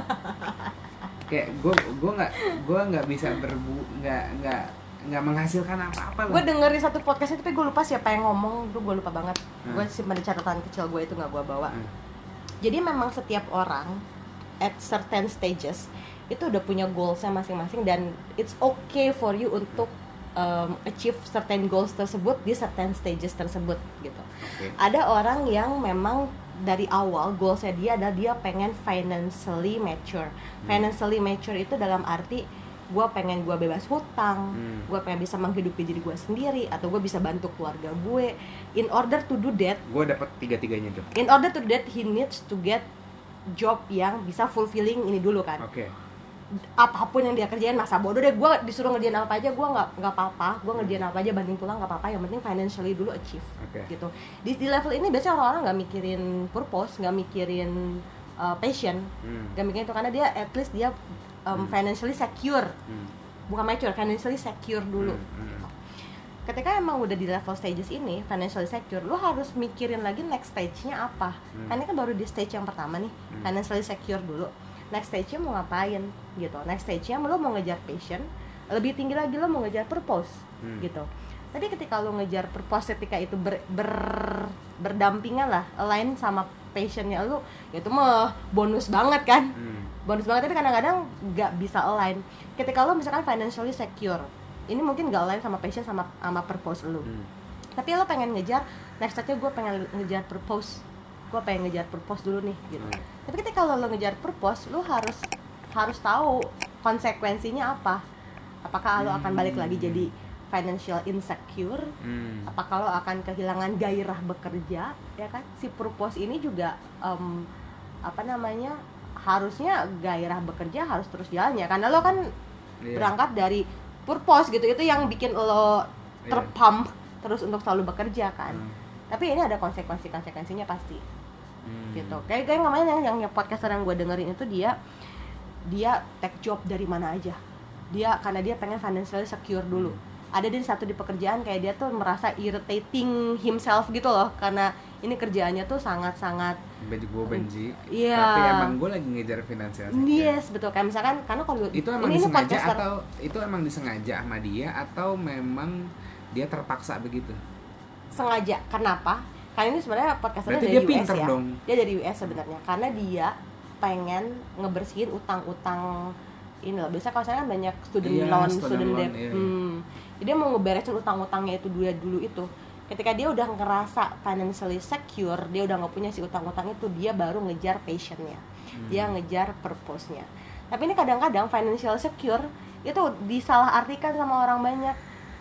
Kayak gue gue nggak gue nggak bisa berbu nggak nggak nggak menghasilkan apa-apa. Gue dengerin satu podcast itu tapi gue lupa siapa yang ngomong, gue gue lupa banget. Hmm. Gue simpan di catatan kecil gue itu nggak gue bawa. Hmm. Jadi memang setiap orang at certain stages itu udah punya goalsnya masing-masing dan it's okay for you untuk um, achieve certain goals tersebut di certain stages tersebut gitu. Okay. Ada orang yang memang dari awal goalsnya dia adalah dia pengen financially mature. Hmm. Financially mature itu dalam arti gue pengen gue bebas hutang, hmm. gue pengen bisa menghidupi diri gue sendiri, atau gue bisa bantu keluarga gue. In order to do that, gue dapat tiga-tiganya tuh. In order to do that, he needs to get job yang bisa fulfilling ini dulu kan. Oke. Okay. Apapun yang dia kerjain, masa bodoh deh gue disuruh ngerjain apa aja, gue nggak nggak apa-apa, gue ngerjain apa aja banting tulang nggak apa-apa, yang penting financially dulu achieve. Okay. Gitu. Di, di level ini biasanya orang-orang nggak mikirin purpose, nggak mikirin uh, passion, hmm. nggak mikirin itu karena dia at least dia Um, hmm. financially secure, hmm. bukan mature, financially secure dulu. Hmm. Hmm. Ketika emang udah di level stages ini, financially secure, lo harus mikirin lagi next stage-nya apa. Hmm. Karena kan baru di stage yang pertama nih, hmm. financially secure dulu. Next stage-nya mau ngapain gitu. Next stage-nya lo mau ngejar passion, lebih tinggi lagi lo mau ngejar purpose hmm. gitu. Tapi ketika lo ngejar purpose ketika itu ber, ber, berdampingan lah, align sama passion-nya lo, ya itu mah bonus banget kan. Hmm. Bonus banget, tapi kadang-kadang nggak bisa align. Ketika lo misalkan financially secure, ini mungkin nggak align sama passion sama sama purpose lo. Hmm. Tapi lo pengen ngejar next step-nya, gue pengen ngejar purpose, gue pengen ngejar purpose dulu nih gitu. Hmm. Tapi ketika lo, lo ngejar purpose, lo harus harus tahu konsekuensinya apa. Apakah lo akan balik lagi jadi financial insecure? Hmm. Apakah lo akan kehilangan gairah bekerja? Ya kan? Si purpose ini juga um, apa namanya? Harusnya gairah bekerja harus terus jalannya, karena lo kan yeah. berangkat dari purpose gitu, itu yang bikin lo terpump yeah. terus untuk selalu bekerja kan. Hmm. Tapi ini ada konsekuensi-konsekuensinya pasti. Hmm. Gitu. Kayak kayak namanya yang yang podcaster yang gue dengerin itu dia dia take job dari mana aja. Dia karena dia pengen financially secure dulu. Hmm. Ada di satu di pekerjaan kayak dia tuh merasa irritating himself gitu loh, karena ini kerjaannya tuh sangat-sangat benci, gue benci, yeah. tapi emang gue lagi ngejar finansial. Yes, betul. Kayak misalkan, karena kalau itu emang ini disengaja ini atau itu emang disengaja sama dia atau memang dia terpaksa begitu? Sengaja. Kenapa? Karena ini sebenarnya podcasternya dari dia U S ya. Dong. Dia dari U S sebenarnya. Karena dia pengen ngebersihin utang-utang ini loh. Biasa kalau saya kan banyak student yeah, loan, student, student debt. Yeah. Hmm. Jadi dia mau ngeberesin utang-utangnya itu dulu dulu itu. Ketika dia udah ngerasa financially secure, dia udah nggak punya si utang-utang itu, dia baru ngejar passionnya, hmm. dia ngejar purpose-nya. Tapi ini kadang-kadang financial secure itu disalahartikan sama orang banyak.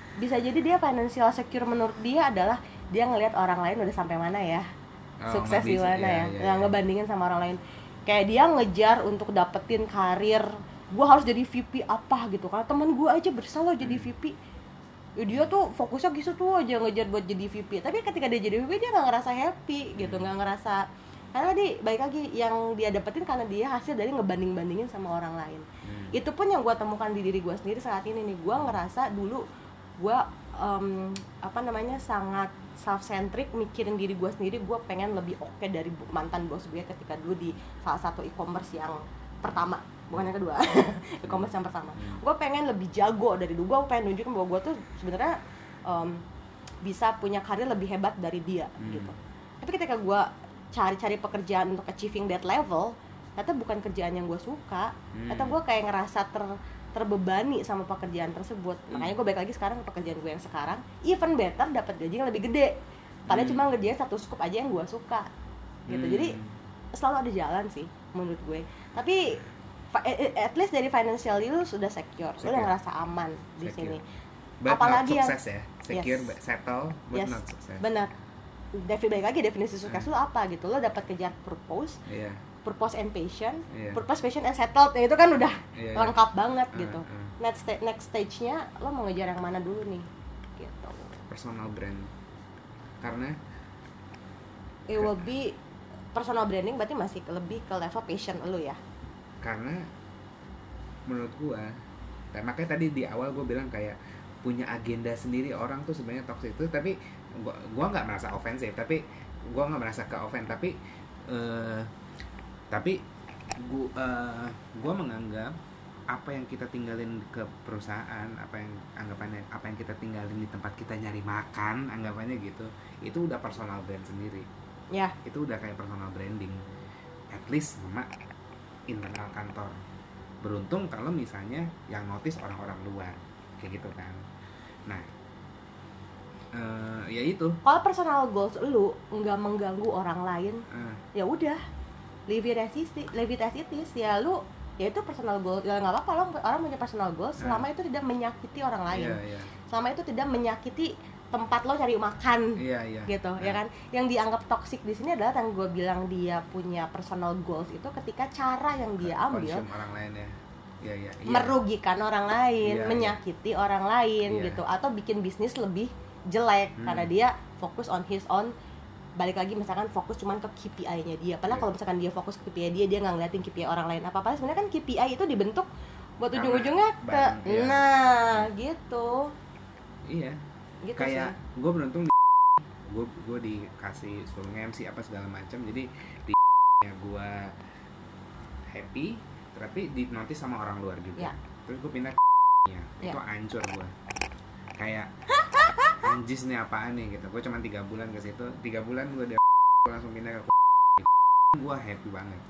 bisa jadi dia financial secure menurut dia adalah dia ngelihat orang lain udah sampai mana ya, oh, sukses di mana ya, ya, ya, ya. Ngebandingin sama orang lain. Kayak dia ngejar untuk dapetin karir, gue harus jadi V P apa gitu kan, temen gue aja bersalah jadi V P. Ya dia tuh fokusnya gitu tuh aja ngejar buat jadi V P, tapi ketika dia jadi V P dia nggak ngerasa happy gitu, nggak ngerasa, karena tadi baik lagi yang dia dapetin karena dia hasil dari ngebanding-bandingin sama orang lain. hmm. Itu pun yang gue temukan di diri gue sendiri saat ini nih. Gue ngerasa dulu gue um, apa namanya sangat self-centric, mikirin diri gue sendiri, gue pengen lebih oke okay dari mantan bos gue ketika dulu di salah satu e-commerce yang pertama, bukan yang kedua. E-commerce yang pertama gue pengen lebih jago dari dulu, gue pengen nunjukin bahwa gue tuh sebenarnya um, bisa punya karir lebih hebat dari dia. hmm. Gitu. Tapi ketika gue cari-cari pekerjaan untuk achieving that level, ternyata bukan kerjaan yang gue suka. hmm. Ternyata gue kayak ngerasa ter terbebani sama pekerjaan tersebut. hmm. Makanya gue balik lagi sekarang ke pekerjaan gue yang sekarang, even better, dapat gaji yang lebih gede, padahal hmm. cuma ngerjain satu scoop aja yang gue suka gitu. hmm. Jadi selalu ada jalan sih menurut gue. Tapi at least dari financially lu sudah secure, secure. Lu udah ngerasa aman di secure. Sini. But apalagi yang sukses ya, secure, yes. settle, but yes. not sukses. Benar. Definisi balik lagi definisi sukses hmm. lu apa gitu. Lu dapat kejar purpose, yeah. purpose and passion, yeah. purpose, passion and settled. Nah, itu kan udah yeah, lengkap yeah. banget uh, gitu. Uh. Next sta- next stage-nya lo mau ngejar yang mana dulu nih? Gitu. Personal brand. Karena it will be personal branding berarti masih lebih ke level passion lu ya. Karena menurut gua, dan makanya tadi di awal gua bilang kayak punya agenda sendiri orang tuh sebenarnya toxic itu, tapi gua gua nggak merasa ofensif, tapi gua nggak merasa ke offend, tapi uh, tapi gua uh, gua menganggap apa yang kita tinggalin ke perusahaan, apa yang anggapannya apa yang kita tinggalin di tempat kita nyari makan, anggapannya gitu, itu udah personal brand sendiri. Ya. Yeah. Itu udah kayak personal branding. At least sama internal kantor. Beruntung kalau misalnya yang notice orang-orang luar, kayak gitu kan. Nah, uh, ya itu. Kalau personal goals lu nggak mengganggu orang lain, uh. ya udah, leave it as it is, leave it as it is. Ya lu, ya itu personal goal, ya nggak apa-apa, orang, orang punya personal goals selama uh. itu tidak menyakiti orang lain, yeah, yeah. selama itu tidak menyakiti tempat lo cari makan, yeah, yeah. gitu, yeah. ya kan? Yang dianggap toksik di sini adalah yang gue bilang dia punya personal goals itu ketika cara yang dia ambil orang lain ya. Yeah, yeah, yeah. merugikan orang lain, yeah, menyakiti yeah. orang lain, yeah. gitu, atau bikin bisnis lebih jelek hmm. karena dia fokus on his own. Balik lagi misalkan fokus cuman ke K P I-nya dia. Padahal yeah. kalau misalkan dia fokus ke K P I dia, dia nggak ngeliatin K P I orang lain apa-apa. Sebenarnya kan K P I itu dibentuk buat karena ujung-ujungnya ke, bang, yeah. nah, gitu. Iya. Gitu kayak gue beruntung di gue gue dikasih suruh M C apa segala macam, jadi di nya gue happy, tapi di notice sama orang luar juga. Yeah. Terus gue pindah nya itu yeah. hancur gue. Kayak anjis nih apaan nih gitu. Gue cuma tiga bulan ke situ, tiga bulan gue udah langsung pindah ke gue happy banget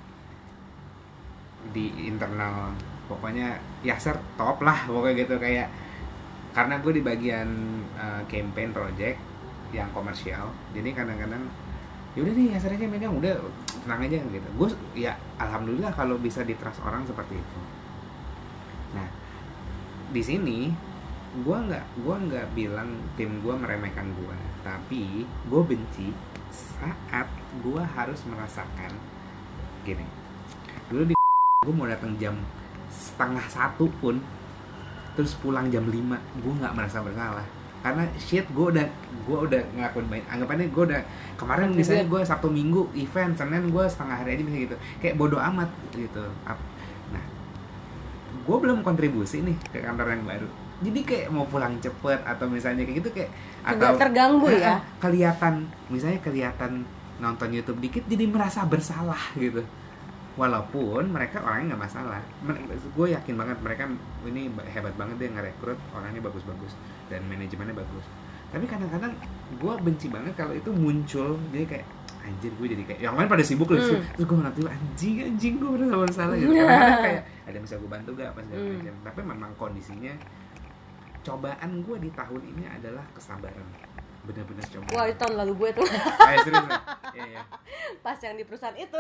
di internal. Pokoknya Yaser top lah pokoknya gitu, kayak karena gue di bagian uh, campaign project yang komersial, jadi kadang-kadang yaudah nih Yaser aja megang, udah tenang aja gitu. Gue ya alhamdulillah kalau bisa di-trust orang seperti itu. Nah di sini gue nggak gue nggak bilang tim gue meremehkan gue, tapi gue benci saat gue harus merasakan gini. Dulu di gue mau datang jam setengah satu pun terus pulang jam lima, gue nggak merasa bersalah karena shit gue udah gue udah ngelakuin banyak. Anggapannya gue udah kemarin misalnya gue Sabtu Minggu event, Senin gue setengah hari aja bisa gitu, kayak bodo amat gitu. Nah gue belum kontribusi nih ke kantor yang baru, jadi kayak mau pulang cepet atau misalnya kayak gitu kayak atau terganggu eh, ya kelihatan misalnya kelihatan nonton YouTube dikit jadi merasa bersalah gitu. Walaupun mereka orangnya nggak masalah, gue yakin banget mereka ini hebat banget dia ngerekrut orangnya bagus-bagus dan manajemennya bagus. Tapi kadang-kadang gue benci banget kalau itu muncul, jadi kayak anjir gue jadi kayak yang lain pada sibuk loh, hmm. terus gue nanti anjing anjing gue bener nggak masalah gitu. Kadang-kadang kayak ada yang bisa gue bantu gak apa segala hmm. macam. Tapi memang kondisinya cobaan gue di tahun ini adalah kesabaran. Benar-benar coba. Wah itu tahun lalu gue tuh. Ayo serius ya? Iya, iya. Pas yang di perusahaan itu.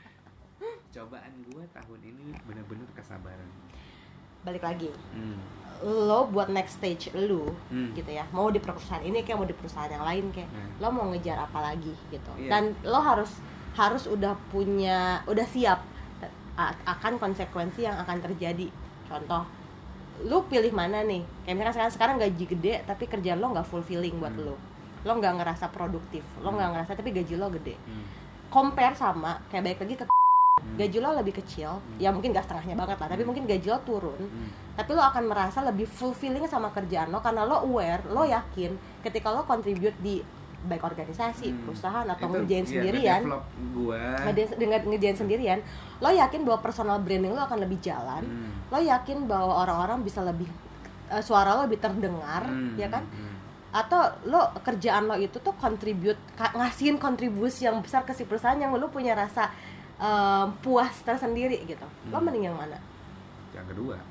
Cobaan gue tahun ini benar-benar kesabaran. Balik lagi. Hmm. lo buat next stage lo hmm. gitu ya, mau di perusahaan ini kayak mau di perusahaan yang lain kayak hmm. lo mau ngejar apa lagi gitu yeah. Dan lo harus harus udah punya udah siap akan konsekuensi yang akan terjadi. Contoh, lo pilih mana nih, kayak misalkan sekarang, sekarang gaji gede tapi kerjaan lo nggak fulfilling buat hmm. lo lo nggak ngerasa produktif, lo nggak hmm. ngerasa tapi gaji lo gede. hmm. Compare sama kayak balik lagi ke gaji lo lebih kecil, hmm. ya mungkin gak setengahnya banget lah, tapi hmm. mungkin gaji lo turun, hmm. tapi lo akan merasa lebih fulfilling sama kerjaan lo karena lo aware, lo yakin ketika lo contribute di baik organisasi, hmm. perusahaan atau itu, ngerjain iya, sendirian, ngedevelop dengan ngerjain sendirian, lo yakin bahwa personal branding lo akan lebih jalan, hmm. lo yakin bahwa orang-orang bisa lebih uh, suara lo lebih terdengar, hmm. ya kan? Hmm. Atau lo kerjaan lo itu tuh contribute ngasihin kontribusi yang besar ke si perusahaan yang lo punya rasa Um, puas tersendiri gitu. Hmm. Lo mending yang mana? Yang kedua.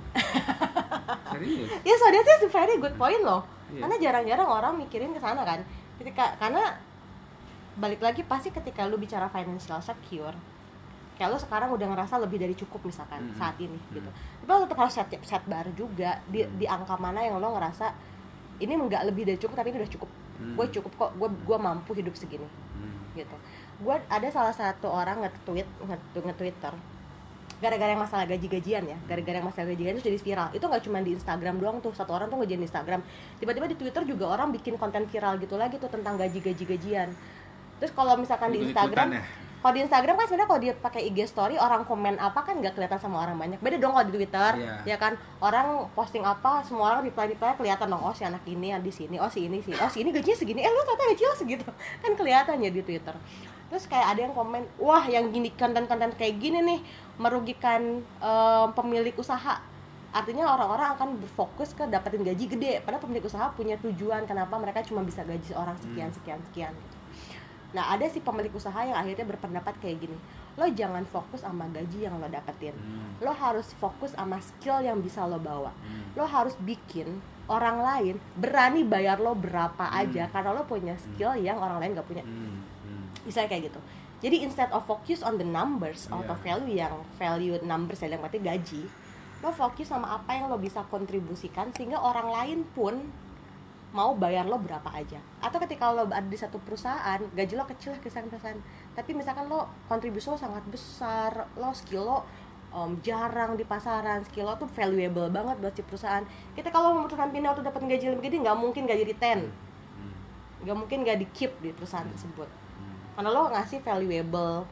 Serius? Ya, so that's a very good point loh. Yeah. Karena jarang-jarang orang mikirin ke sana kan. Ketika karena balik lagi pasti ketika lo bicara financial secure, kayak lo sekarang udah ngerasa lebih dari cukup misalkan hmm. saat ini hmm. gitu. Tapi lo tetap harus set set bar juga di hmm. di angka mana yang lo ngerasa ini enggak lebih dari cukup tapi ini udah cukup. Hmm. Gue cukup kok, gue gue mampu hidup segini. Hmm. Gitu. Gue ada salah satu orang nge-tweet nge-twitter gara-gara yang masalah gaji-gajian ya, gara-gara yang masalah gaji-gajian itu jadi viral. Itu nggak cuma di Instagram doang tuh, satu orang tuh ngejain di Instagram, tiba-tiba di Twitter juga orang bikin konten viral gitu lagi tuh tentang gaji-gaji-gajian. Terus kalau misalkan di Instagram ya? Kalau di Instagram kan sebenarnya kalau dia pakai I G story orang komen apa kan nggak kelihatan sama orang banyak. Beda dong kalau di Twitter, yeah. ya kan orang posting apa semua orang reply reply kelihatan dong. Oh si anak ini yang di sini, oh si ini sih, oh si ini gajinya segini, eh lu ternyata gajinya segitu, kan kelihatan ya di Twitter. Terus kayak ada yang komen, wah yang gini konten-konten kayak gini nih merugikan um, pemilik usaha. Artinya orang-orang akan berfokus ke dapetin gaji gede, padahal pemilik usaha punya tujuan kenapa mereka cuma bisa gaji orang sekian sekian sekian gitu. Nah ada si pemilik usaha yang akhirnya berpendapat kayak gini, lo jangan fokus sama gaji yang lo dapetin, hmm. lo harus fokus sama skill yang bisa lo bawa. hmm. Lo harus bikin orang lain berani bayar lo berapa hmm. aja karena lo punya skill hmm. yang orang lain gak punya. hmm. Hmm. Misalnya kayak gitu. Jadi instead of focus on the numbers, yeah. atau value yang value numbers yang berarti gaji, lo fokus sama apa yang lo bisa kontribusikan sehingga orang lain pun mau bayar lo berapa aja. Atau ketika lo ada di satu perusahaan, gaji lo kecil lah kisaran perusahaan, tapi misalkan lo kontribusi lo sangat besar, lo skill lo um, jarang di pasaran, skill lo tuh valuable banget buat si perusahaan. Kita kalau memutuskan pindah atau dapat gaji lebih gede, nggak mungkin gaji retain, nggak mungkin nggak di keep di perusahaan tersebut, karena lo ngasih valuable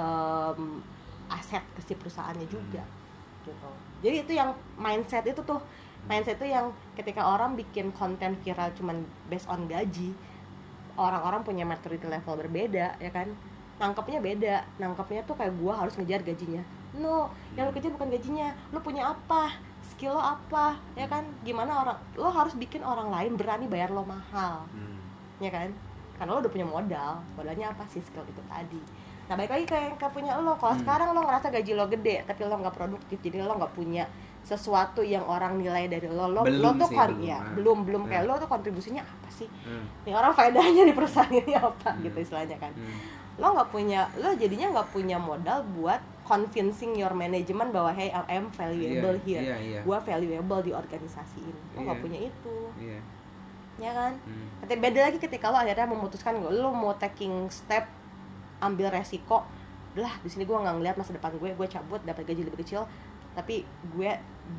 um, aset ke si perusahaannya juga, gitu. Jadi itu yang mindset itu tuh. Mindset itu yang ketika orang bikin konten viral cuman based on gaji, orang-orang punya maturity level berbeda, ya kan? Nangkepnya beda, nangkepnya tuh kayak gua harus ngejar gajinya. No, yang lo kejar bukan gajinya, lo punya apa, skill lo apa, ya kan? Gimana orang, lo harus bikin orang lain berani bayar lo mahal, hmm. ya kan? Karena lo udah punya modal, modalnya apa sih, skill itu tadi. Nah balik lagi kayak yang punya lo, kalau hmm. sekarang lo ngerasa gaji lo gede, tapi lo nggak produktif, jadi lo nggak punya sesuatu yang orang nilai dari lo, lo, lo tuh kan ya belum belum kayak hmm. lo tuh kontribusinya apa sih, hmm. nih orang faedahnya di perusahaan ini apa, hmm. gitu istilahnya kan, hmm. lo nggak punya, lo jadinya nggak punya modal buat convincing your management bahwa hey I am valuable yeah, here, yeah, yeah. gua valuable di organisasi ini, lo nggak yeah. punya itu, yeah. ya kan, hmm. tapi beda lagi ketika lo akhirnya memutuskan lo mau taking step, ambil resiko, lah di sini gue nggak ngeliat masa depan gue, gue cabut dapat gaji lebih kecil, tapi gue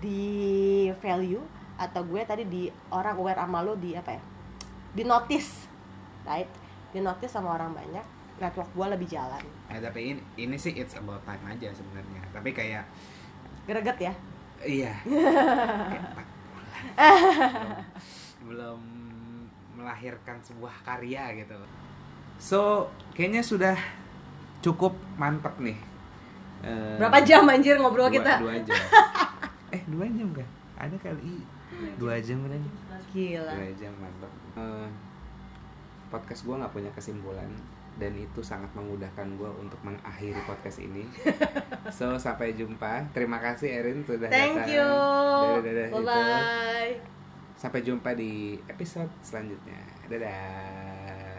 di value atau gue tadi di orang aware sama lo di apa ya, di notice, right, di notice sama orang banyak, network gue lebih jalan. Nah, tapi ini, ini sih it's about time aja sebenarnya, tapi kayak greget ya. Iya. Kayak empat bulan belum, belum melahirkan sebuah karya gitu. So kayaknya sudah cukup mantep nih. Uh, Berapa jam anjir ngobrol dua, kita? Dua jam. eh dua jam kan? Ada kali dua jam kan? Gila. Dua jam mantap. Uh, podcast gue nggak punya kesimpulan dan itu sangat memudahkan gue untuk mengakhiri podcast ini. So sampai jumpa. Terima kasih Erin sudah Thank datang. Thank you. Dadah, bye bye. Sampai jumpa di episode selanjutnya. Dadah.